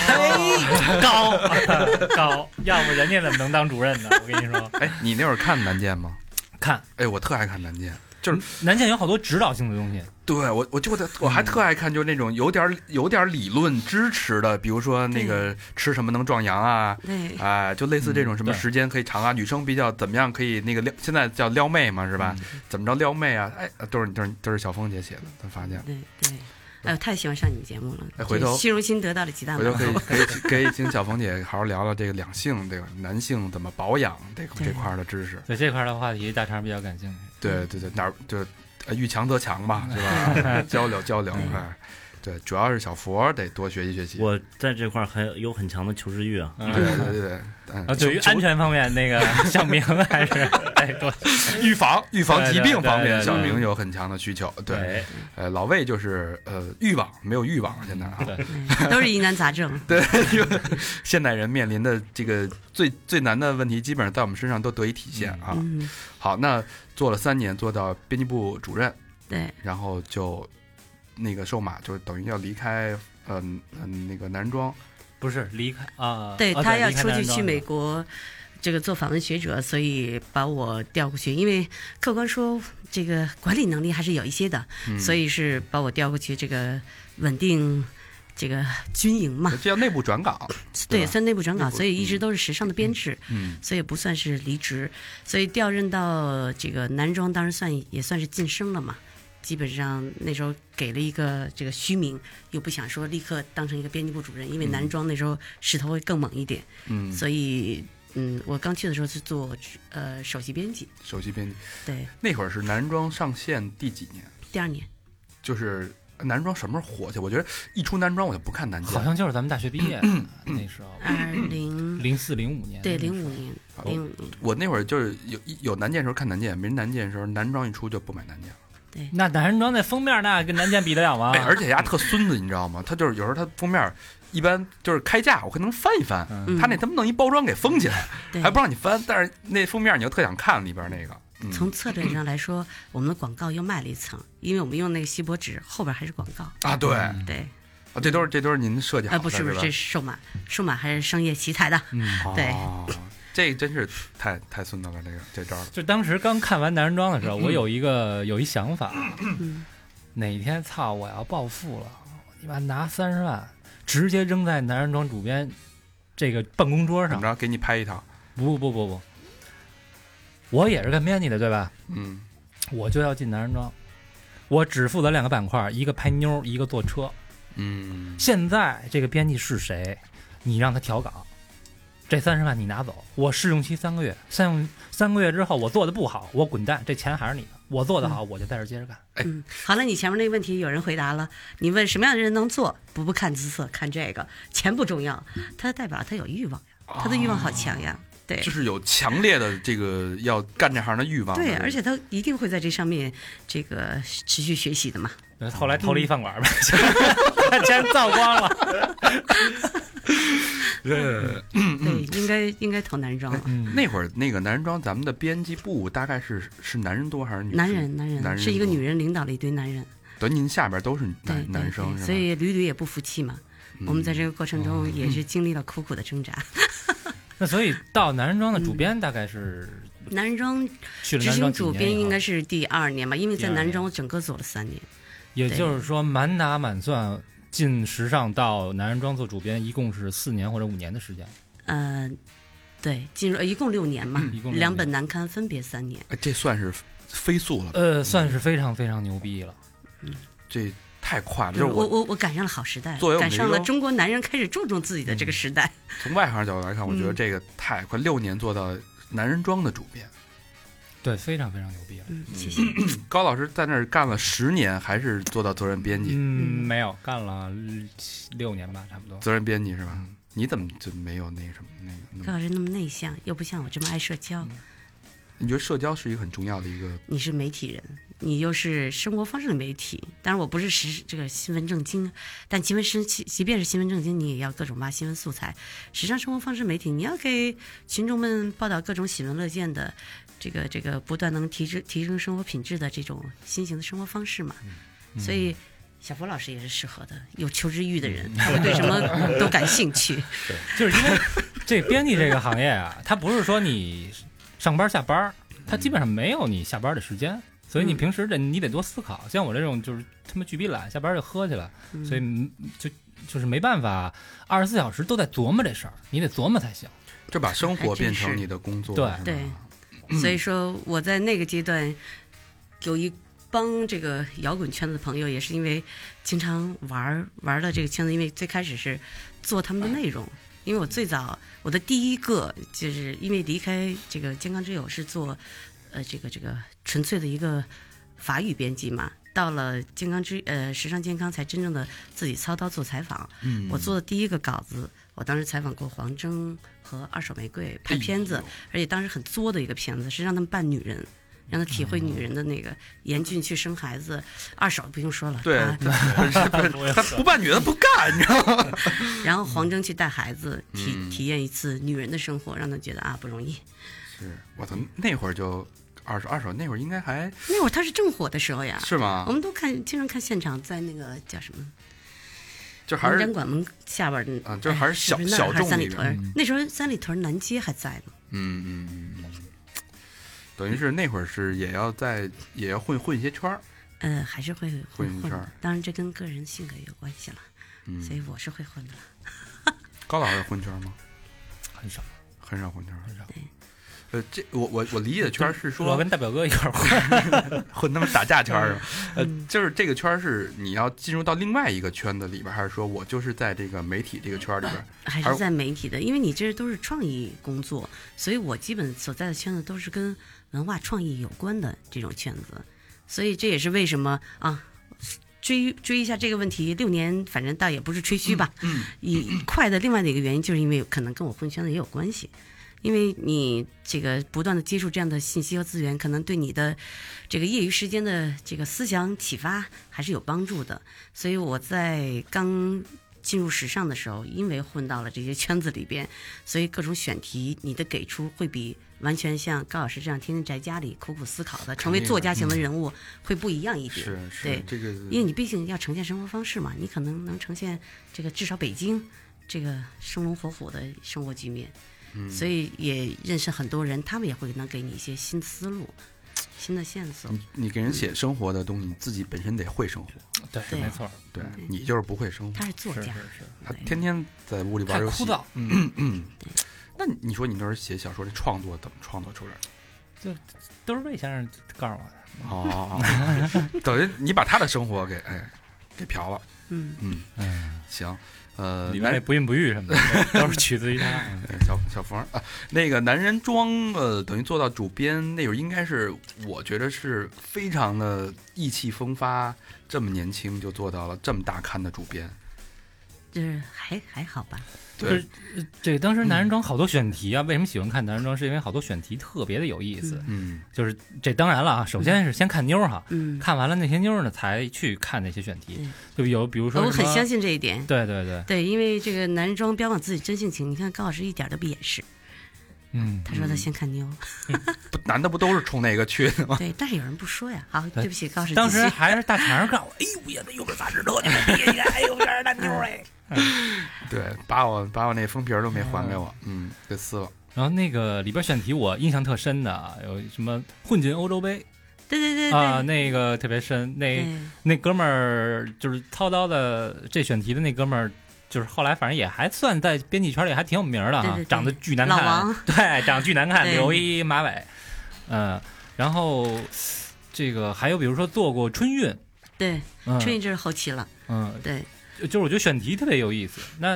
高，要不人家怎么能当主任呢？我跟你说， 哎，你那会儿看南建吗？ 看， 哎，我特爱看南建。就是南建有好多指导性的东西， 对我还特爱看，就是那种有点理论支持的，比如说那个吃什么能壮阳啊，就类似这种什么时间可以长啊，女生比较怎么样可以那个现在叫撩妹嘛是吧？怎么着撩妹啊？哎，都是小峰姐写的，他发现。 对。哎，我太喜欢上你们节目了。 哎，回头虚荣心得到了极大回头可以请小峰姐好好聊聊这个两性，这个男性怎么保养这块的知识。 对这块的话题，大肠比较感兴趣。 对，哪儿就遇强则强吧，是吧？交流，哎。对，主要是小佛得多学习。 我在这块还有很强的求知欲啊。 对。 对于安全方面，那个小明还是多预防疾病方面，小明有很强的需求。对，老魏就是欲望没有欲望，现在啊， 都是疑难杂症。 对，现代人面临的这个最难的问题，基本上在我们身上都得以体现啊。好，那做了3年，做到编辑部主任。 对， 然后就。那个瘦马就等于要离开，那个男人装， 不是离开啊？ 对，他要出去美国，这个做访问学者，所以把我调过去。因为客观说，这个管理能力还是有一些的，所以是把我调过去，这个稳定这个军营嘛。 这叫内部转岗， 对，算内部转岗，所以一直都是时尚的编制，所以也不算是离职，所以调任到这个男装，当然也算是晋升了嘛。基本上那时候给了一个这个虚名，又不想说立刻当成一个编辑部主任，因为男装那时候势头会更猛一点。所以我刚去的时候是做首席编辑。对， 那会儿是男装上线第几年？ 第2年。 就是男装什么时候火起？我觉得一出男装我就不看男装， 好像就是咱们大学毕业那时候，04、05年。 对，05年。 我那会儿就是有男件时候看男件，没男件的时候，男装一出就不买男件了。 对， 那男人装那封面那跟男件比得了吗？ 而且人家特孙子，你知道吗？他就是有时候他封面一般就是开价，我可能翻一翻，他那他们弄一包装给封起来，还不让你翻，但是那封面你又特想看里边那个。 从策略上来说，我们的广告又迈了一层，因为我们用那个锡箔纸后边还是广告啊。对啊， 这都是您设计好的。 不是，这是瘦马还是商业奇才的。对。 这真是太孙子了，这招。 就当时刚看完男人装的时候，我有一想法，哪天我要暴富了，你妈拿30万直接扔在男人装主编这个办公桌上， 怎么着给你拍一套？ 不，我也是干编辑的，对吧？ 嗯， 我就要进男人装，我只负责2个板块，一个拍妞，一个坐车。 嗯， 现在这个编辑是谁？你让他调岗，这30万你拿走，我试用期3个月，三个月之后我做的不好，我滚蛋，这钱还是你的。我做的好，我就在这接着干。 好了，你前面那个问题有人回答了。你问什么样的人能做？不看姿色，看这个，钱不重要，他代表他有欲望呀，他的欲望好强呀。对， 就是有强烈的这个要干这行的欲望。 对，而且他一定会在这上面这个持续学习的嘛。 后来投了一饭馆吧，把钱造光了。 对，应该投男人装了。 那会儿那个男人装，咱们的编辑部大概是男人多还是女生？ 男人是一个女人领导了一堆男人。 对，您下边都是男生， 所以屡也不服气嘛。我们在这个过程中也是经历了苦苦的挣扎。 那所以到男人装的主编大概是男人装执行主编应该是第2年吧，因为在男人装我整个做了3年。 也就是说满打满算进时尚到男人装做主编，一共是4年或者5年的时间。 对，进入一共6年嘛，2本男刊分别3年。 这算是飞速了。 算是非常非常牛逼了。 这太快了， 就是我赶上了好时代，赶上了中国男人开始注重自己的这个时代。 从外行角度来看，我觉得这个太快，6年做到男人装的主编。 对，非常非常牛逼了。 谢谢。 高老师在那儿干了10年，还是做到责任编辑？ 没有，干了6年吧，差不多。 责任编辑是吧？你怎么就没有那什么那个？ 高老师那么内向，又不像我这么爱社交。 你觉得社交是一个很重要的一个？ 你是媒体人，你又是生活方式的媒体。当然，我不是这个新闻正经，但即便是新闻正经，你也要各种挖新闻素材。时尚生活方式媒体，你要给群众们报道各种喜闻乐见的。这个不断能提升生活品质的这种新型的生活方式嘛，所以小佛老师也是适合的，有求知欲的人，他会对什么都感兴趣。 对，就是因为这编辑这个行业啊，它不是说你上班下班，它基本上没有你下班的时间，所以你平时你得多思考。像我这种就是他妈巨逼懒，下班就喝去了，所以就是没办法24小时都在琢磨这事儿，你得琢磨才行。 就把生活变成你的工作。 对。所以说我在那个阶段有一帮这个摇滚圈子的朋友，也是因为经常玩的这个圈子，因为最开始是做他们的内容，因为我最早我的第一个就是因为离开这个健康之友是做这个纯粹的一个法语编辑嘛，到了时尚健康才真正的自己操刀做采访。我做的第一个稿子，我当时采访过黄峥和二手玫瑰拍片子，而且当时很作的一个片子，是让他们扮女人，让他体会女人的那个严峻去生孩子。二手不用说了， 对，他不扮女的不干，你知道吗？ 然后黄峥去带孩子，体验一次女人的生活，让他觉得不容易。 是我操，那会儿就二手那会儿应该还那会儿他是正火的时候呀， 是吗？ 我们都经常看现场，在那个叫什么？ 就还是展馆门下边的就还是小众三里屯。那时候三里屯南街还在呢。等于是那会儿是也要混一些圈儿。 还是会混圈儿。 当然这跟个人性格有关系了。所以我是会混的了。 高老师混圈吗？ 很少混圈， 很少。 对。 这我理解的圈是说， 我跟大表哥一块混他们打架圈就是这个圈是你要进入到另外一个圈子里边，还是说我就是在这个媒体这个圈里边？ 还是在媒体的，因为你这都是创意工作，所以我基本所在的圈子都是跟文化创意有关的这种圈子，所以这也是为什么追一下这个问题，6年反正倒也不是吹嘘吧。以快的另外的一个原因，就是因为可能跟我混圈子也有关系。因为你这个不断的接触这样的信息和资源，可能对你的这个业余时间的这个思想启发还是有帮助的。所以我在刚进入时尚的时候，因为混到了这些圈子里边，所以各种选题你的给出会比完全像高老师这样天天宅家里苦苦思考的成为作家型的人物会不一样一点。 是对这个， 因为你毕竟要呈现生活方式嘛，你可能能呈现这个至少北京这个生龙活虎的生活局面。所以也认识很多人，他们也会能给你一些新思路、新的线索。 你给人写生活的东西，你自己本身得会生活。 对，没错。 对，你就是不会生活。 他是作家， 他天天在屋里玩游戏， 太枯燥。 那你说你那时候写小说这创作怎么创作出来的？ 就都是魏先生告诉我的。 等于你把他的生活给嫖了。行。 里面那不孕不育什么的都是取自于他。 小冯啊，那个男人装等于做到主编那会儿，应该是我觉得是非常的意气风发，这么年轻就做到了这么大刊的主编， 就是还好吧。 对，这当时男人装好多选题啊，为什么喜欢看男人装？是因为好多选题特别的有意思。就是这当然了啊，首先是先看妞哈，看完了那些妞呢，才去看那些选题。就有比如说， 我很相信这一点。 对， 因为这个男人装标榜自己真性情，你看高老师一点都不掩饰。他说他先看妞， 男的不都是冲那个去的吗？ 对，但是有人不说呀。好，对不起，高老师。 当时还是大肠告我，哎呦呀，那有本杂志特牛逼，哎呦，这是大妞哎。 对，把我那封皮都没还给我，给撕了。 然后那个里边选题我印象特深的有什么混进欧洲杯， 对啊，那个特别深。那哥们儿就是操刀的这选题的那哥们儿，就是后来反正也还算在编辑圈里还挺有名的哈，长得巨难看， 老王， 对，长得巨难看，留一马尾，然后这个还有比如说做过春运， 对，春运就是后期了，对。 就是我觉得选题特别有意思。那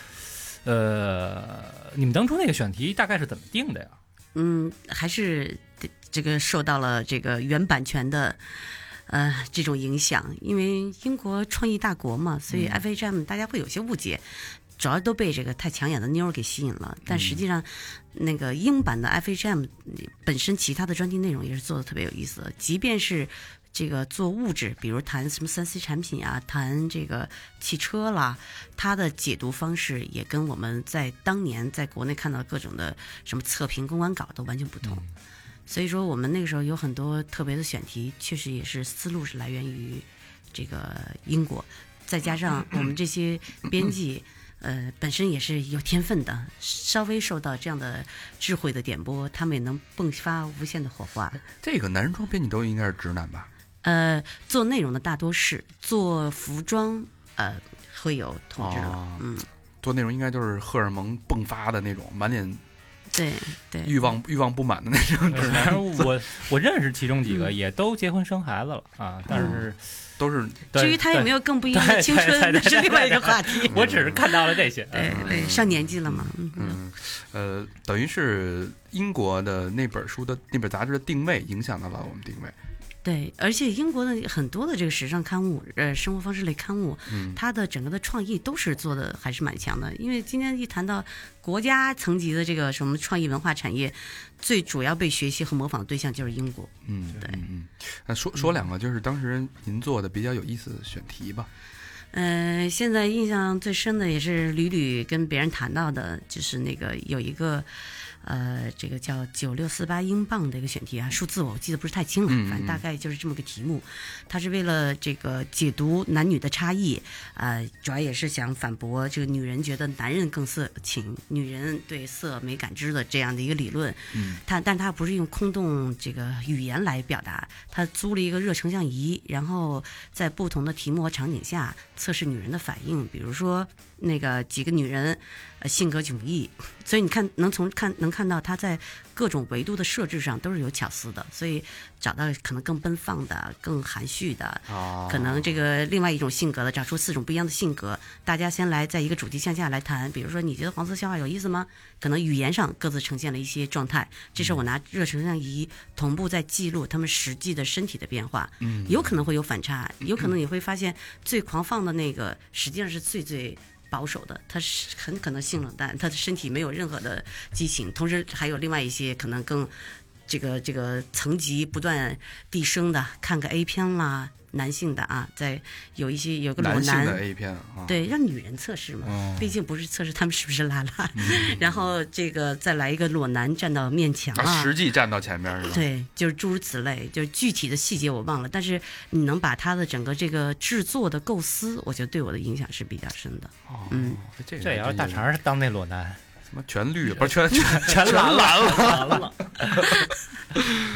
你们当初那个选题大概是怎么定的呀？ 还是这个受到了这个原版权的这种影响，因为英国创意大国嘛，所以 FHM 大家会有些误解，主要都被这个太抢眼的妞给吸引了。但实际上，那个英版的 FHM 本身其他的专题内容也是做的特别有意思的，即便是。这个做物质，比如谈什么3C 产品啊，谈这个汽车啦，它的解读方式也跟我们在当年在国内看到各种的什么测评公关稿都完全不同。所以说我们那个时候有很多特别的选题，确实也是思路是来源于这个英国，再加上我们这些编辑本身也是有天分的，稍微受到这样的智慧的点拨，他们也能迸发无限的火花。 这个男人装编辑都应该是直男吧？ 做内容的大多是，做服装会有同志了， 做内容应该就是荷尔蒙迸发的那种，满脸对欲望不满的那种。 反正我认识其中几个也都结婚生孩子了啊，但是都是。 至于他有没有更不一样的青春，那是另外一个话题。 我只是看到了这些。 对，上年纪了嘛。 等于是英国的那本书的那本杂志的定位影响到了我们定位。 对，而且英国的很多的这个时尚刊物，生活方式类刊物，它的整个的创意都是做的还是蛮强的。因为今天一谈到国家层级的这个什么创意文化产业，最主要被学习和模仿的对象就是英国。对。 那说两个就是当时您做的比较有意思的选题吧。 现在印象最深的也是屡屡跟别人谈到的，就是那个有一个。这个叫9648英镑的一个选题啊，数字我记得不是太清了，反正大概就是这么个题目。它是为了这个解读男女的差异，主要也是想反驳这个女人觉得男人更色情，女人对色没感知的这样的一个理论。但它不是用空洞这个语言来表达，它租了一个热成像仪，然后在不同的题目和场景下测试女人的反应，比如说那个几个女人。性格迥异，所以你看能看到他在各种维度的设置上都是有巧思的，所以找到可能更奔放的、更含蓄的，可能这个另外一种性格的，找出4种不一样的性格，大家先来在一个主题向下来谈。比如说，你觉得黄色笑话有意思吗？可能语言上各自呈现了一些状态，这时候我拿热成像仪同步在记录他们实际的身体的变化，有可能会有反差，有可能你会发现最狂放的那个实际上是最保守的，他是很可能性冷淡，他的身体没有任何的激情，同时还有另外一些可能更这个层级不断递升的，看个 A 片啦，男性的啊，在有个裸男的 A 片对，让女人测试嘛，毕竟不是测试他们是不是拉拉，然后这个再来一个裸男站到面墙实际站到前面是吧？ 对，就是诸如此类，就是具体的细节我忘了，但是你能把他的整个这个制作的构思，我觉得对我的影响是比较深的。 这也要大肠当那裸男。 什么全绿不是全蓝了。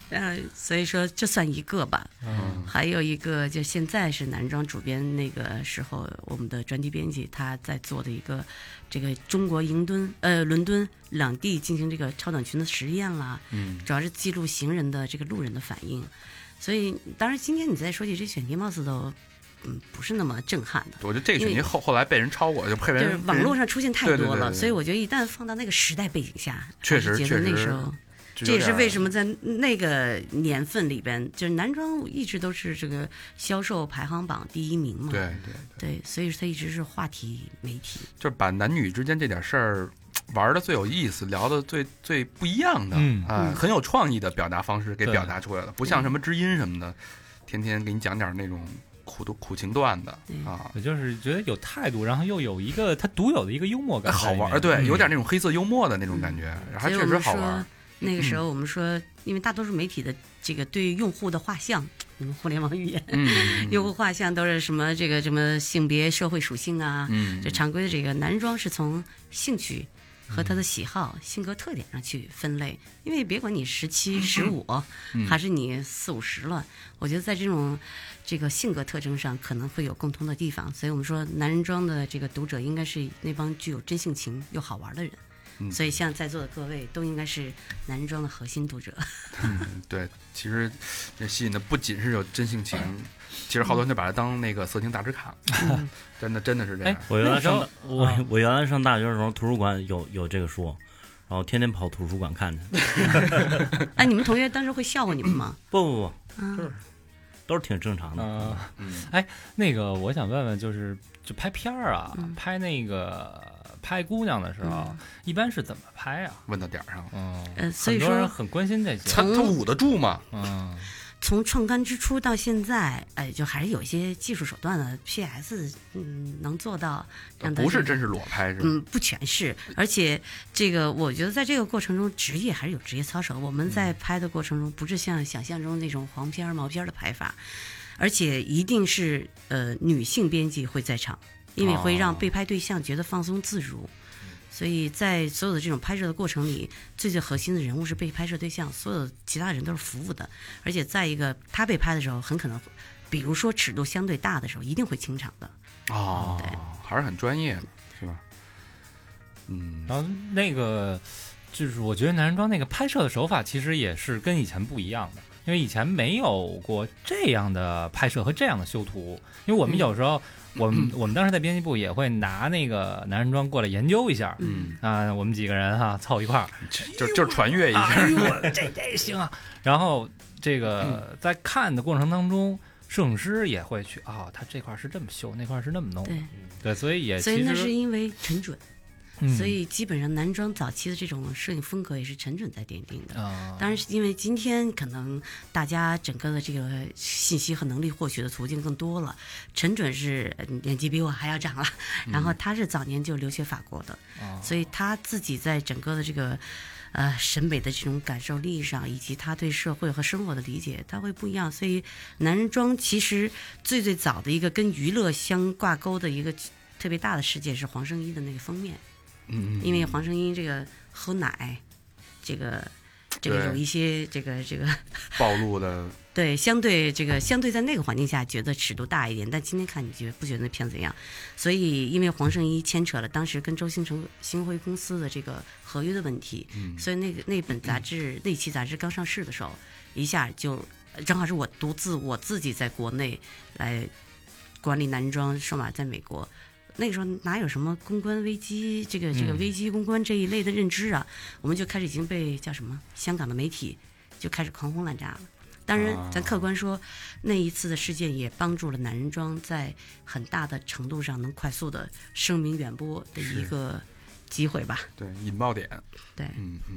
所以说这算一个吧。还有一个就现在是男装主编，那个时候我们的专题编辑他在做的一个这个中国伦敦两地进行这个超短裙的实验啦，主要是记录行人的这个路人的反应。所以当然今天你再说起这选题，貌似都不是那么震撼的。 我觉得这个选题后来被人超过，就是网络上出现太多了， 对， 所以我觉得一旦放到那个时代背景下， 确实觉得那时候。这也是为什么在那个年份里边，就是男装一直都是这个销售排行榜第1名嘛。对，所以它一直是话题媒体， 就是把男女之间这点事儿玩的最有意思，聊的最不一样的，很有创意的表达方式给表达出来了，不像什么知音什么的，天天给你讲点那种苦情段的啊， 我就是觉得有态度，然后又有一个他独有的一个幽默感， 好玩，对，有点那种黑色幽默的那种感觉，还确实好玩。 那个时候我们说，因为大多数媒体的这个对用户的画像，你们互联网语言，用户画像都是什么这个什么性别、社会属性啊，这常规的这个男装是从兴趣和他的喜好、性格特点上去分类，因为别管你17、15，还是你40、50了，我觉得在这种这个性格特征上可能会有共通的地方，所以我们说男人装的这个读者应该是那帮具有真性情又好玩的人。所以像在座的各位都应该是男人装的核心读者。 对，其实这吸引的不仅是有真性情，其实好多人就把它当那个色情大师看，真的是这样。 我原来上大学的时候，图书馆有这个书，然后天天跑图书馆看去。 哎，你们同学当时会笑话你们吗？ 不，都是挺正常的。 哎，那个我想问问，就拍片儿啊，拍那个。拍姑娘的时候，一般是怎么拍啊？ 问到点儿上了。所以说很多人很关心这些。 他捂得住吗？ 从创刊之初到现在，就还是有一些技术手段的 PS，能做到让它不是真是裸拍是吧？ 不全是，而且这个我觉得在这个过程中，职业还是有职业操守。我们在拍的过程中，不是像想象中那种黄片毛片的拍法，而且一定是女性编辑会在场。因为会让被拍对象觉得放松自如，所以在所有的这种拍摄的过程里，最核心的人物是被拍摄对象，所有其他人都是服务的。而且再一个，他被拍的时候，很可能，比如说尺度相对大的时候，一定会清场的。 对，还是很专业的，是吧？ 然后那个就是我觉得男人装那个拍摄的手法其实也是跟以前不一样的，因为以前没有过这样的拍摄和这样的修图，因为我们有时候。我们当时在编辑部也会拿那个男人装过来研究一下，我们几个人凑一块儿， 就是传阅一下， 这行啊。然后这个在看的过程当中，摄影师也会去他这块是这么修，那块是那么弄，对，所以那是因为陈准。所以基本上男装早期的这种摄影风格也是陈准在奠定的。当然是因为今天可能大家整个的这个信息和能力获取的途径更多了。陈准是年纪比我还要长了，然后他是早年就留学法国的，所以他自己在整个的这个审美的这种感受力上，以及他对社会和生活的理解，他会不一样。所以男人装其实最早的一个跟娱乐相挂钩的一个特别大的事件是黄圣依的那个封面。因为黄圣依这个喝奶，这个有一些这个暴露的， 对，相对在那个环境下觉得尺度大一点，但今天看你不觉得那片子怎样？所以因为黄圣依牵扯了当时跟周星辉公司的这个合约的问题，所以那本杂志那期杂志刚上市的时候，一下就正好是我自己在国内来管理男装，数码在美国。那个时候哪有什么公关危机，这个危机公关这一类的认知啊？我们就开始已经被叫什么香港的媒体就开始狂轰滥炸了。当然，咱客观说，那一次的事件也帮助了男人装在很大的程度上能快速的声名远播的一个机会吧。 对，引爆点。 对，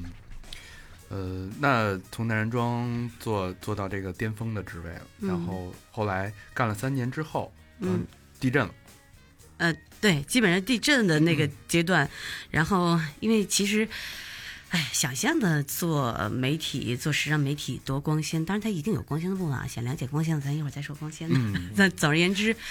那从男人装做到这个巅峰的职位了，然后后来干了3年之后，地震了。 对，基本上地震的那个阶段，然后因为其实，想象的做媒体、做时尚媒体多光鲜，当然它一定有光鲜的部分啊。想了解光鲜的，咱一会儿再说光鲜的。那总而言之，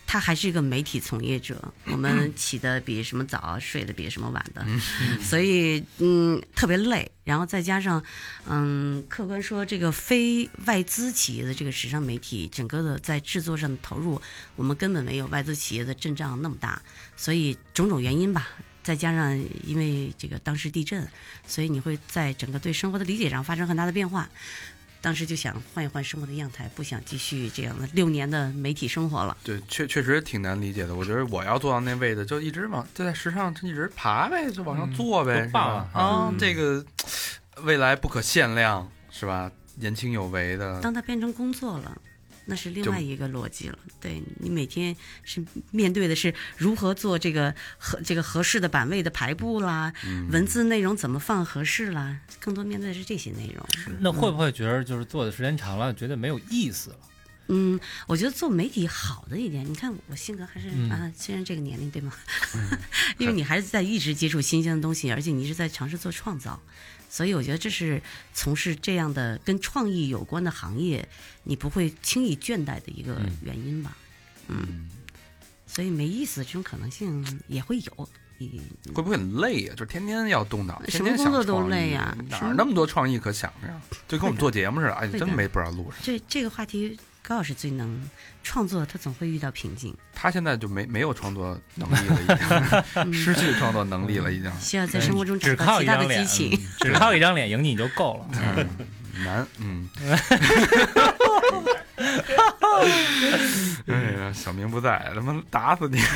他还是一个媒体从业者，我们起的比什么早，睡的比什么晚的，所以特别累。然后再加上客观说这个非外资企业的这个时尚媒体，整个的在制作上的投入，我们根本没有外资企业的阵仗那么大，所以种种原因吧。再加上因为这个当时地震，所以你会在整个对生活的理解上发生很大的变化。当时就想换一换生活的样态，不想继续这样的6年的媒体生活了。 对，确实挺难理解的。我觉得我要做到那位置，就一直就在时尚一直爬呗，就往上做呗，是吧？这个未来不可限量，是吧？年轻有为的。 当它变成工作了，那是另外一个逻辑了。对，你每天是面对的是如何做这个合适的版位的排布啦，文字内容怎么放合适啦，更多面对的是这些内容。 那会不会觉得就是做的时间长了，觉得没有意思了？ 我觉得做媒体好的一点，你看我性格还是虽然这个年龄对吗？因为你还是在一直接触新鲜的东西，而且你一直在尝试做创造。所以我觉得这是从事这样的跟创意有关的行业，你不会轻易倦怠的一个原因吧。所以没意思这种可能性也会有。 会不会很累啊？就是天天要动脑， 什么工作都累呀， 哪那么多创意可想着呀？就跟我们做节目似的，哎，真没不知道录什么。 这个话题，高老师最能创作，他总会遇到瓶颈。 他现在就没有创作能力了，已经失去创作能力了，已经。 需要在生活中找到到其他的激情， 只靠一张脸赢你就够了。 难，哎呀，小明不在，他妈打死你！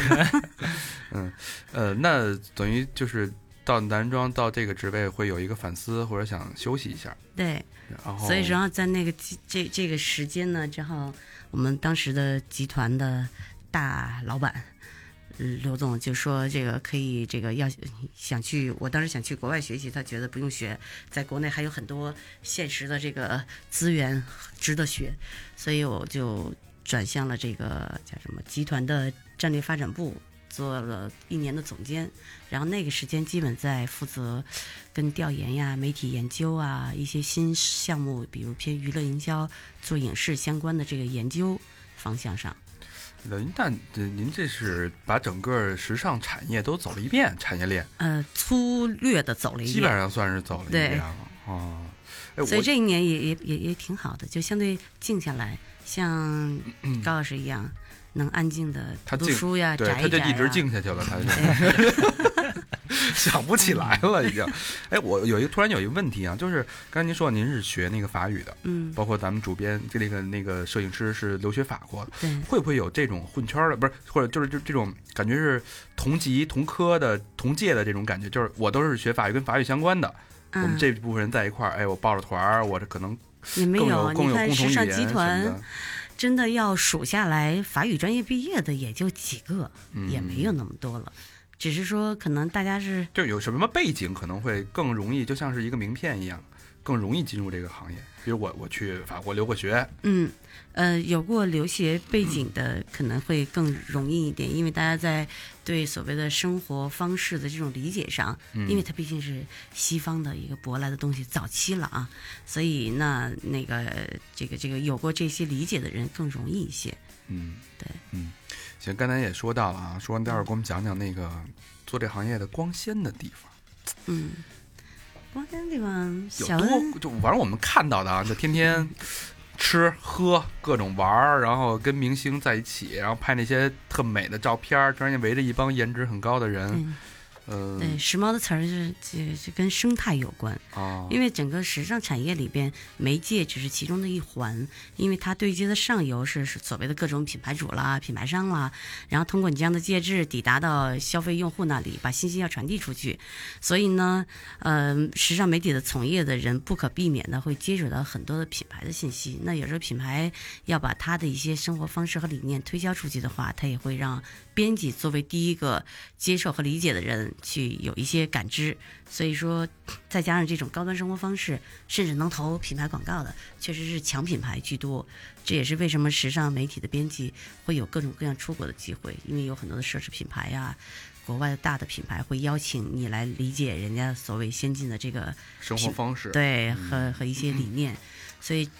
那等于就是到男装到这个职位会有一个反思，或者想休息一下。 对， 然后所以然后在那个这个时间呢，正好我们当时的集团的大老板刘总就说这个可以，这个我当时想去国外学习，他觉得不用学，在国内还有很多现实的这个资源值得学，所以我就转向了这个叫什么集团的战略发展部，做了1年的总监，然后那个时间基本在负责跟调研呀、媒体研究啊、一些新项目，比如偏娱乐营销、做影视相关的这个研究方向上。 但您这是把整个时尚产业都走了一遍，产业链粗略的走了一遍， 基本上算是走了一遍了啊。 所以这1年也挺好的，就相对静下来，像高老师一样能安静的读书呀， 对， 宅一宅他就一直静下去了，他就想不起来了已经。哎，我突然有一个问题啊，就是刚才您说您是学那个法语的，包括咱们主编那个摄影师是留学法国的， 对， 会不会有这种混圈的，不是，或者就是这种感觉是同级同科的同届的这种感觉，就是我都是学法语跟法语相关的，我们这部分人在一块儿，哎，我报了团，我这可能也没有， 共有共同语言时尚集团真的要数下来，法语专业毕业的也就几个，也没有那么多了。只是说，可能大家是就有什么背景，可能会更容易，就像是一个名片一样，更容易进入这个行业。比如我去法国留过学， 有过留学背景的可能会更容易一点，因为大家在对所谓的生活方式的这种理解上，因为它毕竟是西方的一个舶来的东西，早期了啊，所以那个这个有过这些理解的人更容易一些。对， 行，刚才也说到了啊，说完待会儿给我们讲讲那个做这行业的光鲜的地方。 光鲜的地方有多，就反正我们看到的啊，就天天吃喝各种玩儿，然后跟明星在一起，然后拍那些特美的照片，突然间围着一帮颜值很高的人。 对，时髦的词儿是跟生态有关因为整个时尚产业里边，媒介只是其中的一环，因为它对接的上游是所谓的各种品牌主啦、品牌商啦，然后通过你这样的介质抵达到消费用户那里，把信息要传递出去，所以呢，时尚媒体的从业的人不可避免的会接触到很多的品牌的信息，那有时候品牌要把他的一些生活方式和理念推销出去的话，他也会让编辑作为第一个接受和理解的人去有一些感知，所以说再加上这种高端生活方式，甚至能投品牌广告的确实是强品牌居多，这也是为什么时尚媒体的编辑会有各种各样出国的机会，因为有很多的奢侈品牌呀，国外的大的品牌会邀请你来理解人家所谓先进的这个生活方式， 对，和一些理念，所以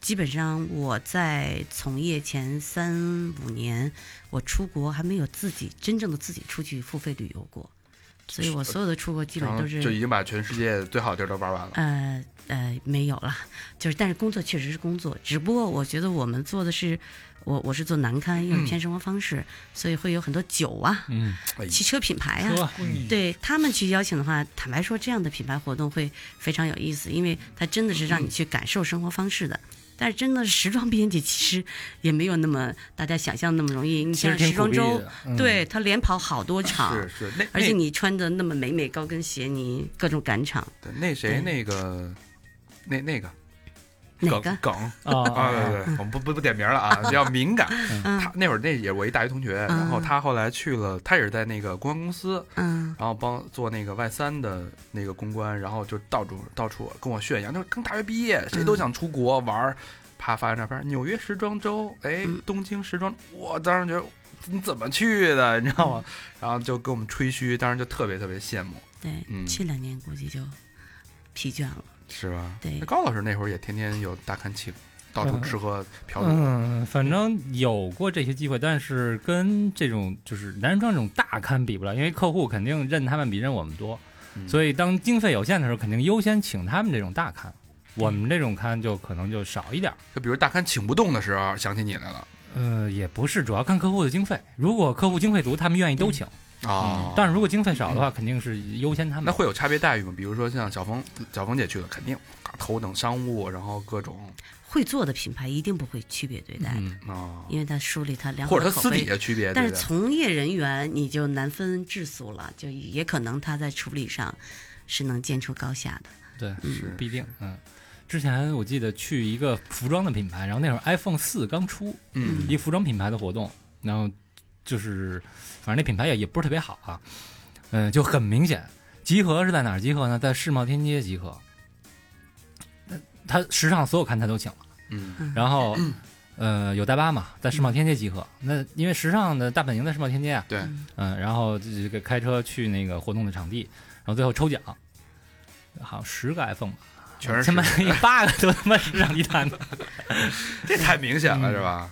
基本上我在从业前3-5年，我出国还没有真正的自己出去付费旅游过，所以我所有的出国基本都是就已经把全世界最好的地儿都玩完了。 没有了，但是工作确实是工作，只不过我觉得我们做的是，我是做南刊，因为偏生活方式，所以会有很多酒啊，汽车品牌啊，对他们去邀请的话，坦白说，这样的品牌活动会非常有意思，因为它真的是让你去感受生活方式的。但是真的时装编辑其实也没有那么大家想象那么容易。你像时装周，对他连跑好多场， 是而且你穿的那么美高跟鞋，你各种赶场。 对，那谁那个那个。 哪个梗对，我们不点名了啊，比较敏感。他那会儿也是我一大学同学，然后他后来去了，他也是在那个公关公司，然后帮做那个Y3的那个公关，然后就到处跟我炫耀，就是刚大学毕业，谁都想出国玩，啪发照片，纽约时装周，东京时装，我当时觉得你怎么去的，你知道吗？然后就跟我们吹嘘，当时就特别特别羡慕。 对，去2年估计就疲倦了。 是吧？ 对， 高老师那会儿也天天有大刊请，到处吃喝嫖赌。 反正有过这些机会，但是跟这种就是男人装这种大刊比不了，因为客户肯定认他们比认我们多，所以当经费有限的时候，肯定优先请他们这种大刊，我们这种刊就可能就少一点。 就比如大刊请不动的时候，想起你来了。 也不是，主要看客户的经费。如果客户经费足，他们愿意都请。但是如果经费少的话，肯定是优先他们。 那会有差别待遇吗？比如说像小冯姐去的，肯定头等商务，然后各种会做的品牌一定不会区别对待的，因为他梳理他良好或者他私底下区别， 但是从业人员你就难分质素了，就也可能他在处理上是能见出高下的。 对，是必定。之前我记得去一个服装的品牌，然后那会儿 iPhone 4刚出，一服装品牌的活动，然后就是反正那品牌也不是特别好啊，就很明显，集合是在哪儿集合呢？在世贸天阶集合，他时尚所有刊他都请了，然后有大巴嘛，在世贸天阶集合，那因为时尚的大本营在世贸天阶啊， 对， 然后这个开车去那个活动的场地，然后最后抽奖，好像10个 iPhone 吧。 全是 8个都他妈时尚地毯的， 这太明显了，是吧？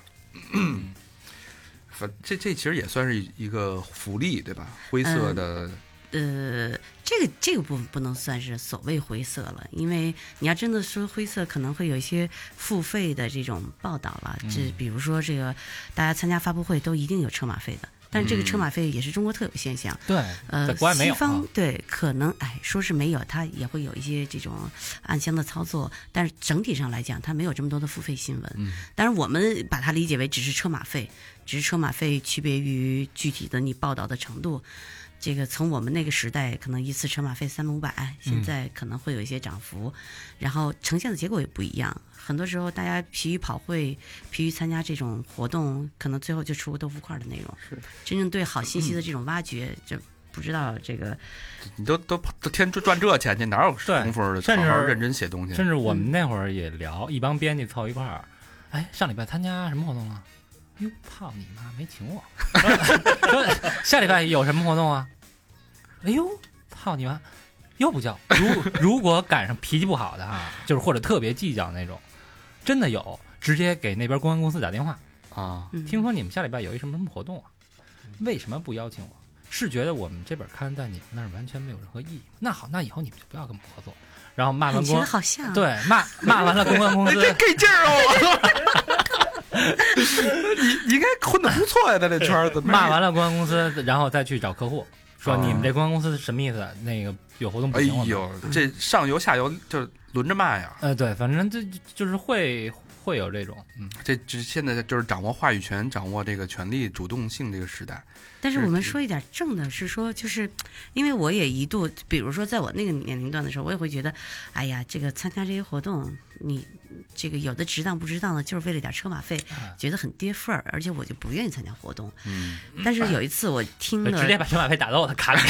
这其实也算是一个福利，对吧？灰色的， 这个部分不能算是所谓灰色了，因为你要真的说灰色，可能会有一些付费的这种报道了。比如说这个大家参加发布会都一定有车马费的。但是这个车马费也是中国特有现象， 对，在国外没有。 西方对可能说是没有，它也会有一些这种暗箱的操作，但是整体上来讲，它没有这么多的付费新闻。但是我们把它理解为只是车马费，区别于具体的你报道的程度。这个从我们那个时代，可能一次车马费300-500，现在可能会有一些涨幅，然后呈现的结果也不一样。很多时候大家疲于跑会，疲于参加这种活动，可能最后就出个豆腐块的内容。 是真正对好信息的这种挖掘，就不知道这个。 你都天赚这钱去，哪有功夫好好认真写东西？ 甚至我们那会儿也聊，一帮编辑凑一块儿，上礼拜参加什么活动了？哟，操你妈，没请我。说下礼拜有什么活动啊？哎呦，操你妈，又不叫。如果赶上脾气不好的就是或者特别计较那种，真的有直接给那边公关公司打电话啊。 听说你们下礼拜有一什么活动啊？为什么不邀请我？是觉得我们这本刊在你们那儿完全没有任何意义？那好，那以后你们就不要跟我们合作。然后骂完公， 好像对骂完了公关公司， 这给劲儿哦。你应该混得不错呀，在这圈子。 骂完了公关公司，然后再去找客户，说你们这公关公司什么意思？那个有活动不行。 哎呦，这上游下游就轮着骂呀。 对，反正就是会有这种， 这现在就是掌握话语权、掌握这个权力主动性这个时代。 但是我们说一点正的，是说，就是因为我也一度，比如说在我那个年龄段的时候，我也会觉得，哎呀，这个参加这些活动，你这个有的值当不值当的，就是为了点车马费，觉得很跌份儿，而且我就不愿意参加活动。但是有一次我听了， 直接把车马费打到我的卡里。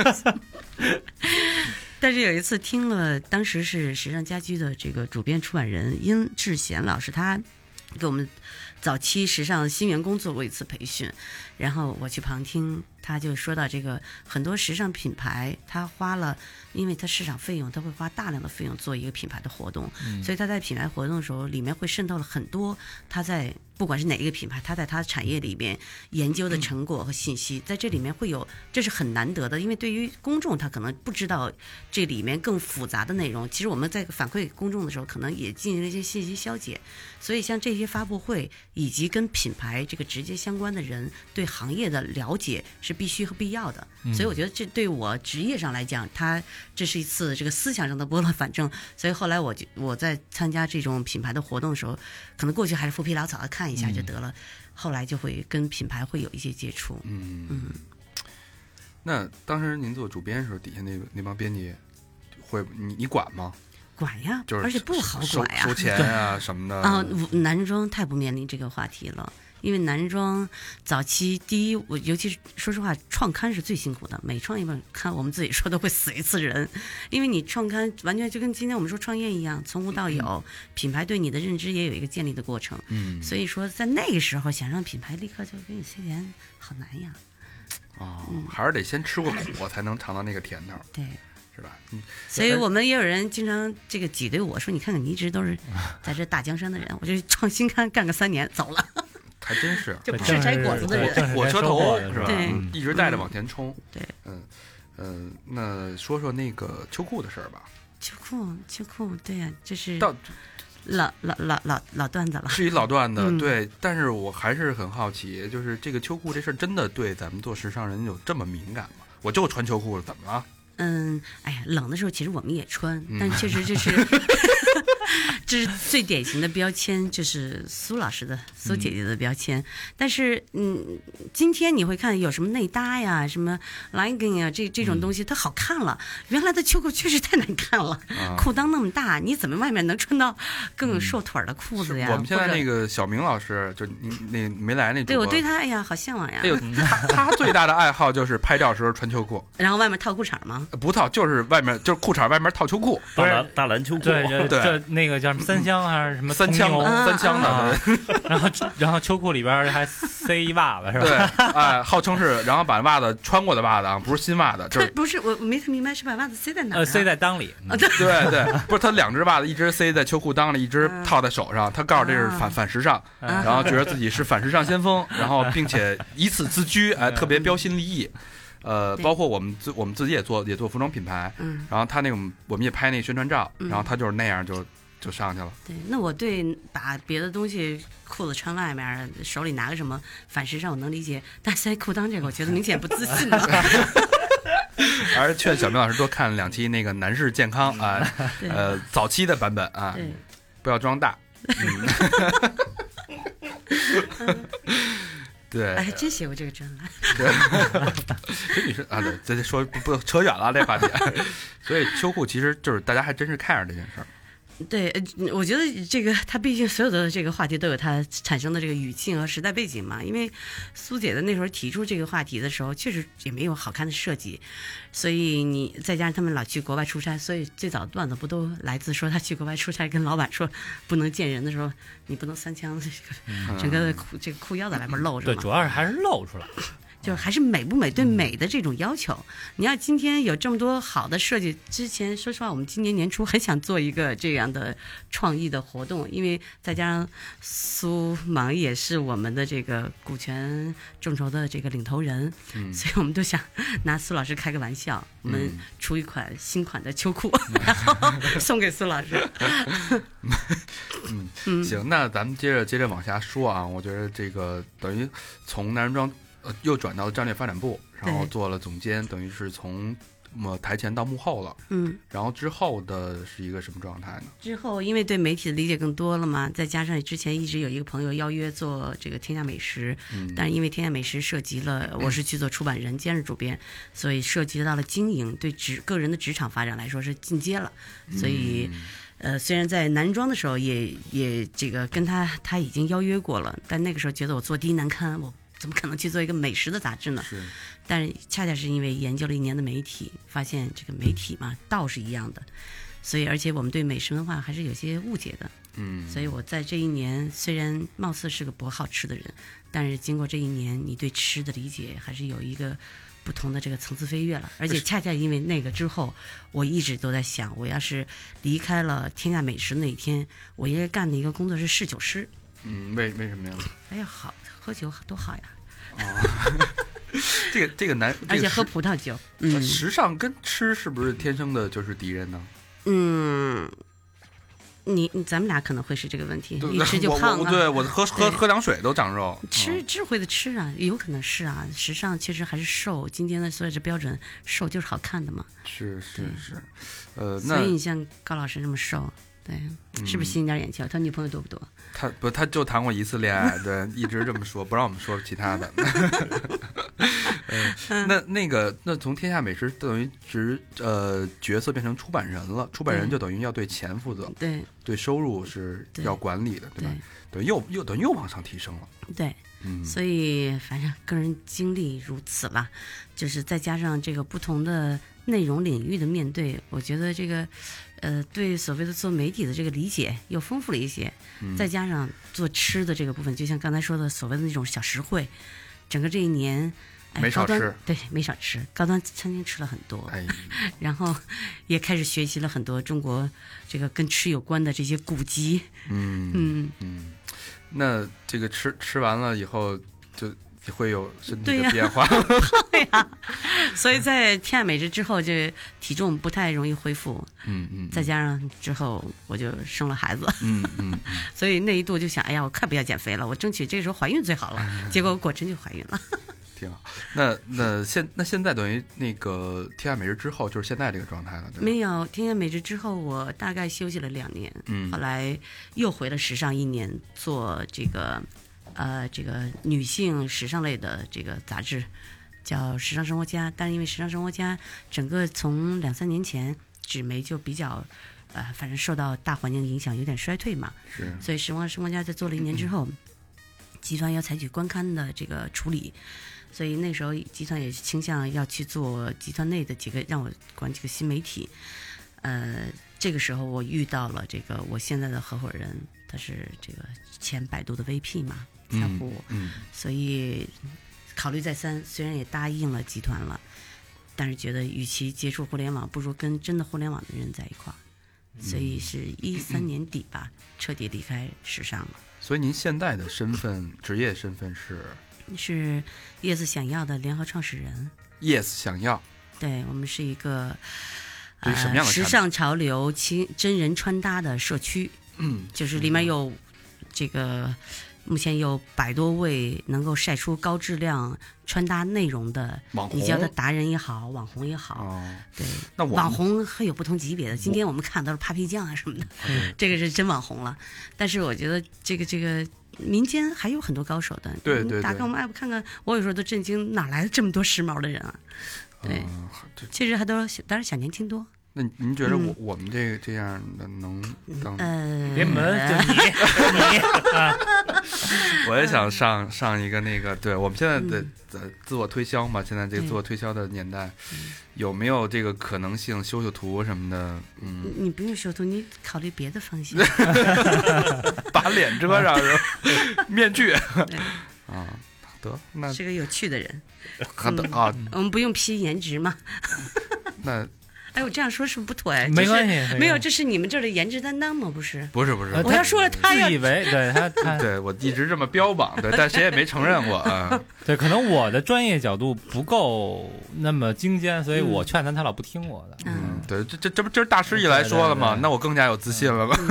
但是有一次听了，当时是时尚家居的这个主编出版人殷志贤老师，他给我们早期时尚新员工做过一次培训，然后我去旁听，他就说到这个很多时尚品牌，他花了，因为他市场费用，他会花大量的费用做一个品牌的活动，所以他在品牌活动的时候，里面会渗透了很多他在不管是哪一个品牌，他在他的产业里边研究的成果和信息，在这里面会有，这是很难得的，因为对于公众他可能不知道这里面更复杂的内容，其实我们在反馈给公众的时候，可能也进行了一些信息消解，所以像这些发布会以及跟品牌这个直接相关的人对行业的了解是必须和必要的，所以我觉得这对我职业上来讲，这是一次这个思想上的拨乱反正，所以后来我在参加这种品牌的活动的时候，可能过去还是浮皮潦草的看一下就得了，后来就会跟品牌会有一些接触。 那当时您做主编的时候，底下那帮编辑会你管吗？ 管呀， 就是而且不好管呀， 收钱呀什么的啊。男人装太不面临这个话题了。因为男人装早期第一，我尤其是说实话，创刊是最辛苦的。每创一本刊，我们自己说都会死一次人，因为你创刊完全就跟今天我们说创业一样，从无到有，品牌对你的认知也有一个建立的过程。所以说在那个时候想让品牌立刻就给你塞钱，好难呀。 还是得先吃过苦才能尝到那个甜头。 对。 是吧？ 所以我们也有人经常这个挤兑我说：“你看看，你一直都是在这大江山的人，我就创新刊干个3年走了。” 还真是， 就不是摘果子的人， 火车头是吧？ 对， 一直带着往前冲。 对， 那说说那个秋裤的事儿吧。 秋裤，对呀，这是老段子了， 是一老段子，对。但是我还是很好奇，就是这个秋裤这事儿真的对咱们做时尚人有这么敏感吗？我就穿秋裤了，怎么了？ 哎呀，冷的时候其实我们也穿，但确实这是这是最典型的标签，就是苏姐姐的标签。但是今天你会看有什么内搭呀，什么 legging 呀，这种东西它好看了。原来的秋裤确实太难看了，裤裆那么大，你怎么外面能穿到更瘦腿的裤子呀？ 我们现在那个小明老师，就那没来那主播， 对我对他哎呀好向往呀。 他最大的爱好就是拍照时候穿秋裤， 然后外面套裤衩吗？ 不套，就是外面就是裤衩外面套秋裤， 大篮秋裤。 对，这那个叫什么三枪还是什么三枪的， 然后秋裤里边还塞一袜子是吧？ 对，哎，号称是，然后把袜子穿过的袜子啊，不是新袜子，就是不是我没太明白是把袜子塞在哪？ 塞在裆里。 对，不是他2只袜子，一只塞在秋裤裆里，一只套在手上。他告诉这是反时尚，然后觉得自己是反时尚先锋，然后并且以此自居，哎，特别标新立异。包括我们自己也做服装品牌，然后他那个我们也拍那个宣传照，然后他就是那样就上去了。 对，那我对把别的东西裤子穿外面，手里拿个什么反时尚我能理解，但塞裤裆这个我觉得明显不自信。 还是劝小明老师多看2期那个男士健康啊，早期的版本啊，不要装大。对， 哎，真写过这个专栏。 对，这女生啊，对，这说不扯远了这话题。所以秋裤其实就是大家还真是 care 这件事儿。 对，我觉得这个它毕竟所有的这个话题都有它产生的这个语境和时代背景嘛。因为苏姐的那时候提出这个话题的时候，确实也没有好看的设计，所以你再加上他们老去国外出差，所以最早段子不都来自说他去国外出差跟老板说不能见人的时候，你不能3枪整个这个裤腰在外面露着嘛。 对，主要是还是露出来。 就是还是美不美，对美的这种要求。你要今天有这么多好的设计，之前说实话，我们今年年初很想做一个这样的创意的活动，因为再加上苏芒也是我们的这个股权众筹的这个领头人，所以我们都想拿苏老师开个玩笑，我们出一款新款的秋裤，然后送给苏老师。 行，那咱们接着往下说啊。我觉得这个等于从男人装。又转到了战略发展部，然后做了总监，等于是从台前到幕后了。然后之后的是一个什么状态呢？ 之后因为对媒体的理解更多了嘛，再加上之前一直有一个朋友邀约做这个天下美食，但是因为天下美食涉及了我是去做出版人兼是主编，所以涉及到了经营，对个人的职场发展来说是进阶了，所以。虽然在男装的时候也这个跟他已经邀约过了，但那个时候觉得我做第一男刊，我怎么可能去做一个美食的杂志呢？是，但是恰恰是因为研究了1年的媒体，发现这个媒体嘛，道是一样的，所以而且我们对美食文化还是有些误解的， 所以我在这一年虽然貌似是个不好吃的人，但是经过这一年，你对吃的理解还是有一个不同的这个层次飞跃了。而且恰恰因为那个之后，我一直都在想，我要是离开了天下美食那一天，我应该干的一个工作是侍酒师。 为什么呀？ 哎呀，好，喝酒多好呀！ 这个难， 而且喝葡萄酒。 时尚跟吃是不是天生的就是敌人呢？ 咱们俩可能会是这个问题，一吃就胖啊。 对，我喝凉水都长肉。 吃智慧的吃啊，有可能是啊。时尚其实还是瘦，今天的所有这标准，瘦就是好看的嘛。 是。 所以你像高老师这么瘦，对，是不是吸引点眼球？他女朋友多不多？ 他就谈过一次恋爱，对，一直这么说，不让我们说其他的。那从天下美食等于角色变成出版人了，出版人就等于要对钱负责，对收入是要管理的，对吧？对，又等于又往上提升了。对， 所以反正个人经历如此了，就是再加上这个不同的内容领域的面对，我觉得这个对所谓的做媒体的这个理解又丰富了一些，再加上做吃的这个部分，就像刚才说的所谓的那种小实惠，整个这一年没少吃， 对，没少吃，高端餐厅吃了很多，然后也开始学习了很多中国这个跟吃有关的这些古籍。 那这个吃完了以后就会有身体的变化。 对呀，所以在天下美食之后，这体重不太容易恢复。再加上之后我就生了孩子。所以那一度就想，哎呀，我快不要减肥了，我争取这个时候怀孕最好了。结果果真就怀孕了。 挺好。那现在等于那个天下美食之后就是现在这个状态了，对吧？ 没有天下美食之后，我大概休息了2年，后来又回了时尚1年，做这个女性时尚类的这个杂志，叫《时尚生活家》。但是因为《时尚生活家》整个从2-3年前纸媒就比较反正受到大环境影响有点衰退嘛，所以《时尚生活家》在做了1年之后，集团要采取官刊的这个处理。所以那时候集团也倾向要去做集团内的让我管几个新媒体。这个时候我遇到了这个我现在的合伙人，他是这个前百度的 VP 嘛，财务，所以考虑再三，虽然也答应了集团了，但是觉得与其接触互联网，不如跟真的互联网的人在一块儿。所以是13年底吧，彻底离开时尚了。 所以您现在的职业身份是 Yes 想要的联合创始人。 Yes 想要，对， 我们是一个什么样的时尚潮流真人穿搭的社区。就是里面有这个目前有100多位能够晒出高质量穿搭内容的网红， 你叫他达人也好，网红也好。对，那网红还有不同级别的，今天我们看到是 Papi 酱啊什么的，这个是真网红了。但是我觉得这个民间还有很多高手的。 对， 打开我们 app 看看，我有时候都震惊，哪来的这么多时髦的人啊？对，其实还都当然小年轻多。 那您觉得我们这样的能当？ 别门就你， 我也想上一个那个，对我们现在的自我推销嘛，现在这个自我推销的年代，有没有这个可能性修图什么的？ 你不用修图，你考虑别的方向。 把脸遮上是吧？面具啊，得那是个有趣的人。 我们不用批颜值吗？ 那。 哎，我这样说是不是不妥？ 没关系， 没有，这是你们这儿的颜值担当吗？不是， 我要说了，他自以为对他， 对我一直这么标榜，对，但谁也没承认过啊。 对，可能我的专业角度不够那么精尖，所以我劝他老不听我的。 对，这不是大师一来说了吗？那我更加有自信了吧？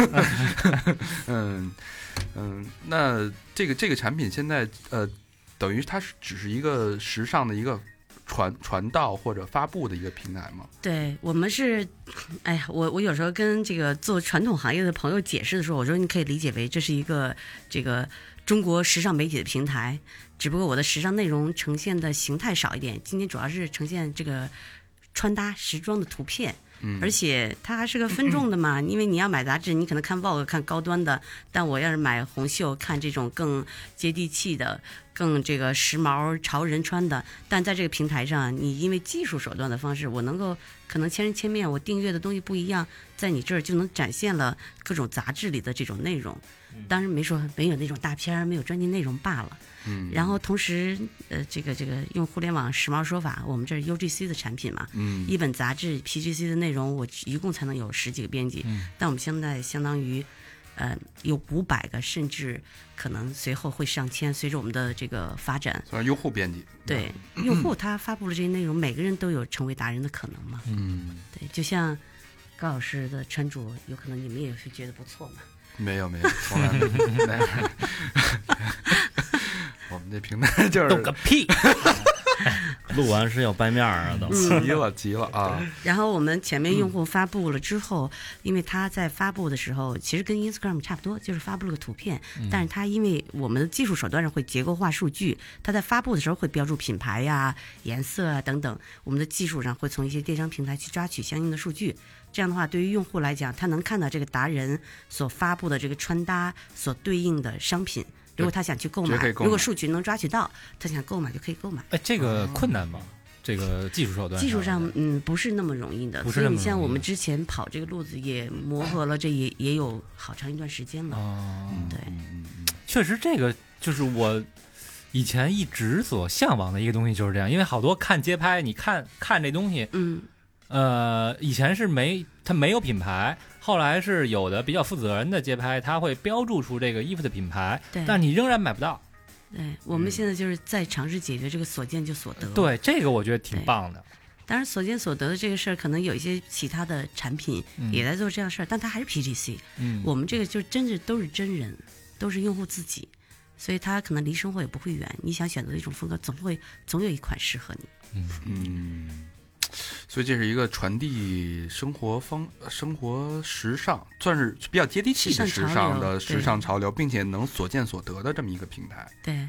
那这个产品现在等于它只是一个时尚的一个。传道或者发布的一个平台吗？ 对，我们是，哎呀，我有时候跟这个做传统行业的朋友解释的时候，我说你可以理解为这是一个这个中国时尚媒体的平台，只不过我的时尚内容呈现的形态少一点，今天主要是呈现这个穿搭时装的图片， 而且它还是个分众的嘛，因为你要买杂志，你可能看 Vogue 看高端的，但我要是买红袖看这种更接地气的，更这个时髦潮人穿的，但在这个平台上，你因为技术手段的方式，我能够可能千人千面，我订阅的东西不一样，在你这儿就能展现了各种杂志里的这种内容。当然没有那种大片，没有专辑内容罢了。然后同时这个用互联网时髦说法，我们这是 UGC 的产品嘛，一本杂志 PGC 的内容我一共才能有10几个编辑，但我们现在相当于有500个，甚至可能随后会上千，随着我们的这个发展。 算是用户编辑。 对，用户他发布了这些内容，每个人都有成为达人的可能嘛。对，就像高老师的穿着，有可能你们也会觉得不错嘛。 没有，从来没有。我们这平台就是懂个屁。 录完是要掰面啊，都急了啊！ 然后我们前面用户发布了之后，因为他在发布的时候，其实跟 Instagram 差不多，就是发布了个图片，但是他因为我们的技术手段上会结构化数据，他在发布的时候会标注品牌呀、颜色啊等等，我们的技术上会从一些电商平台去抓取相应的数据。这样的话，对于用户来讲，他能看到这个达人所发布的这个穿搭所对应的商品。如果他想去购买，如果数据能抓取到，他想购买就可以购买。 这个困难吗？这个技术手段？ 技术上，不是那么容易的。所以你像我们之前跑这个路子，也磨合了，这也有好长一段时间了。对， 确实这个就是我以前一直所向往的一个东西，就是这样。因为好多看街拍，你看这东西，以前是它没有品牌。后来是有的比较负责任的街拍，他会标注出这个衣服的品牌，但你仍然买不到。 对，我们现在就是在尝试解决这个所见就所得。 对，这个我觉得挺棒的。 当然，所见所得的这个事儿，可能有一些其他的产品也在做这样的事儿，但它还是 PGC。我们这个就真的都是真人，都是用户自己，所以他可能离生活也不会远。你想选择的一种风格，总有一款适合你。 所以这是一个传递生活时尚，算是比较接地气的时尚潮流，并且能所见所得的这么一个平台。 对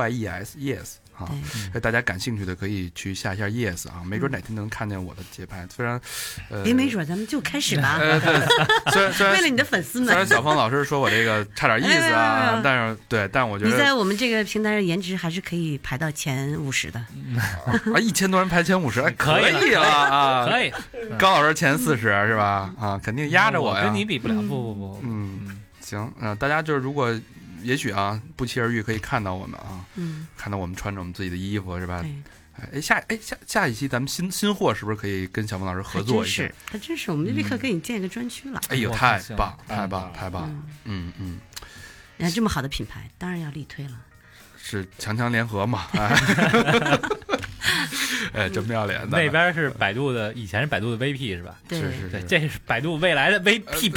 ，YES 啊，大家感兴趣的可以去下一下 Yes 啊，没准哪天能看见我的节拍。虽然没准咱们就开始吧。 虽然为了你的粉丝们，虽然小峰老师说我这个差点意思啊，但我觉得你在我们这个平台上颜值还是可以排到前50的。 1000多人排前50，可以了啊， 可以。 高老师前40是吧？啊，肯定压着我呀。 跟你比不了，不。 行，大家就是如果。也许啊，不期而遇可以看到我们啊，看到我们穿着我们自己的衣服是吧？下一期咱们新货是不是可以跟小峰老师合作一下？ 还真是，我们立刻给你建一个专区了。 哎呦，太棒！ 你看这么好的品牌，当然要力推了。 是强联合嘛？真不要脸！ 那边是百度的，以前是百度的 VP 是吧？ 对， 这是百度未来的 VPP。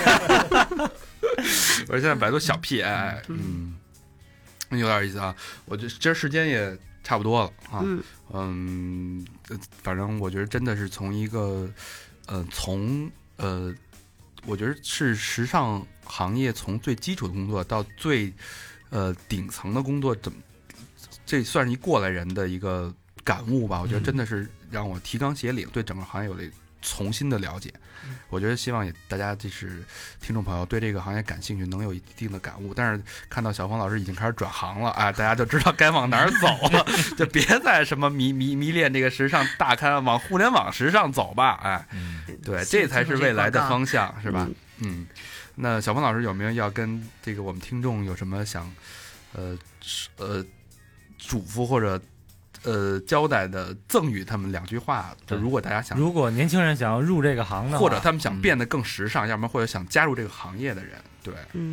我说现在百度小 P， 有点意思啊。我觉得这时间也差不多了啊。反正我觉得真的是从一个我觉得是时尚行业从最基础的工作到最顶层的工作，这算是一过来人的一个感悟吧。我觉得真的是让我提纲挈领，对整个行业有了重新的了解。我觉得希望大家就是听众朋友对这个行业感兴趣，能有一定的感悟。但是看到小峰老师已经开始转行了，大家就知道该往哪儿走了，就别再什么迷恋这个时尚大咖，往互联网时尚走吧。对，这才是未来的方向，是吧？那小峰老师有没有要跟这个我们听众有什么想嘱咐或者交代的赠予他们2句话？就如果大家如果年轻人想要入这个行的话， 或者他们想变得更时尚，要不然或者想加入这个行业的人，对，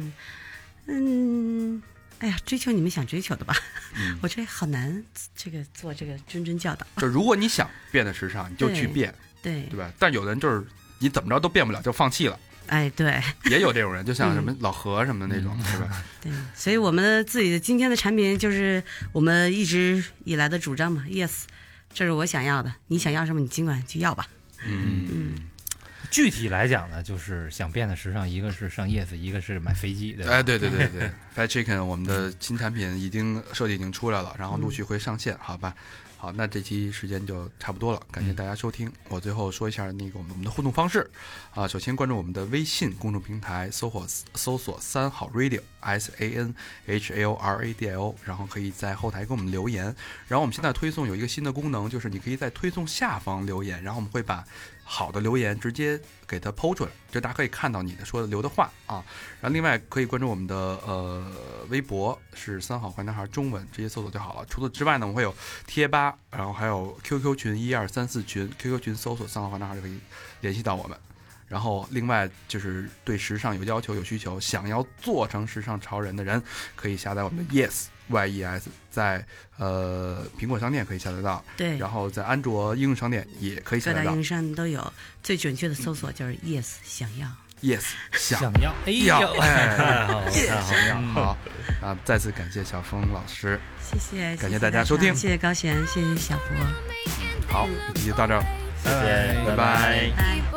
哎呀，追求你们想追求的吧。我觉得好难，这个做这个谆教导。 就如果你想变得时尚，你就去变，对吧？但有的人就是你怎么着都变不了，就放弃了。 对， 也有这种人，就像什么老何什么的那种，是吧？ 对，所以我们自己的今天的产品就是我们一直以来的主张嘛。Yes， 这是我想要的，你想要什么，你尽管去要吧。 具体来讲呢，就是想变得时尚，一个是上 Yes， 一个是买飞机。对吧？ 对，Fat Chicken 我们的新产品设计已经出来了，然后陆续会上线，好吧？好，那这期时间就差不多了，感谢大家收听。我最后说一下我们的互动方式啊，首先关注我们的微信公众平台，搜索3好 Radio SANHALRADIO， 然后可以在后台给我们留言。然后我们现在推送有一个新的功能，就是你可以在推送下方留言，然后我们会把好的留言直接给它抛出来，就大家可以看到你留的话啊。然后另外可以关注我们的微博是3好坏男孩中文，直接搜索就好了。除此之外呢，我们会有贴吧，然后还有 QQ 群1234群 ，QQ 群搜索3好坏男孩就可以联系到我们。然后另外就是对时尚有要求有需求，想要做成时尚潮人的人，可以下载我们的 YES，在苹果商店可以下载到， 对， 然后在安卓应用商店也可以下载到， 各大应用商都有。最准确的搜索就是 Yes 想要 ，Yes 想要， 哎呦， 太好了，太好了， 好啊！再次感谢小峰老师， 谢谢， 感谢大家收听， 谢谢高璇，谢谢小博， 好，这期就到这儿， 谢谢， 拜拜。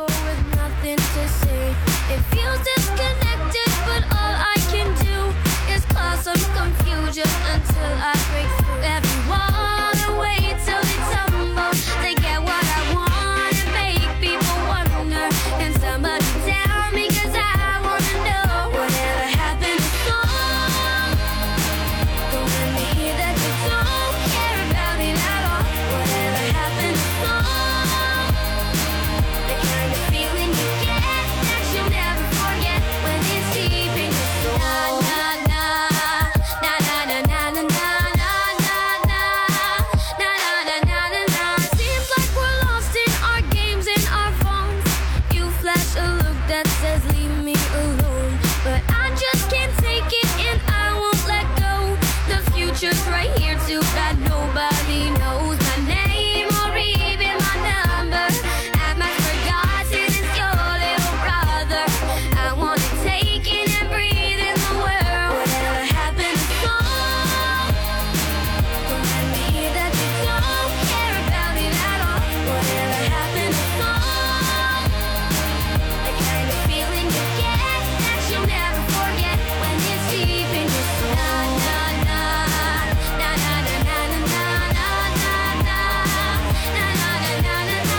It feels disconnected, but all I can do is cause some confusion until I break through every wall and wait till they tumble. They get what I want and make people wonder. Can somebody tell me, 'cause I wanna know whatever happened to song. Don't let me hear that you don't care about it at all. Whatever happened to song. The kind of feeling you get that you'll never forget when it's deep in your soul. Na na na na na na na na na na na na na na na. Seems like we're lost in our games and our phones. You flash a look that says leave me alone, but I just can't take it and I won't let go. The future's right here too, that nobody knows my name or even my number. At my forgotten it's your little brother. I want to take in and breathe in the world. Whatever happened to song. Don't let me hear that you don't care about it at all. Whatever happened to song. The kind of feeling you get that you'll never forget when it's deep in your soul. Na na na na na na na na na na na na na na na na na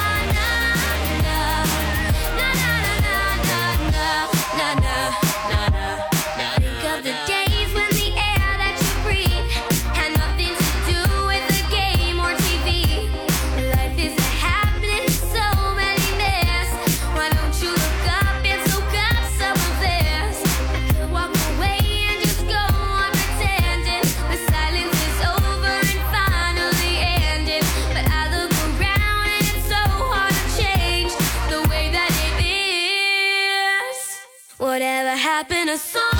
na. Think of the days when the air that you breathe had nothing to do with the game or TV. Life is a happening, so many myths. Why don't you look up and soak up some of this? I could walk away and just go on pretending the silence is over and finally ended. But I look around and it's so hard to change the way that it is. Whatever happened to song?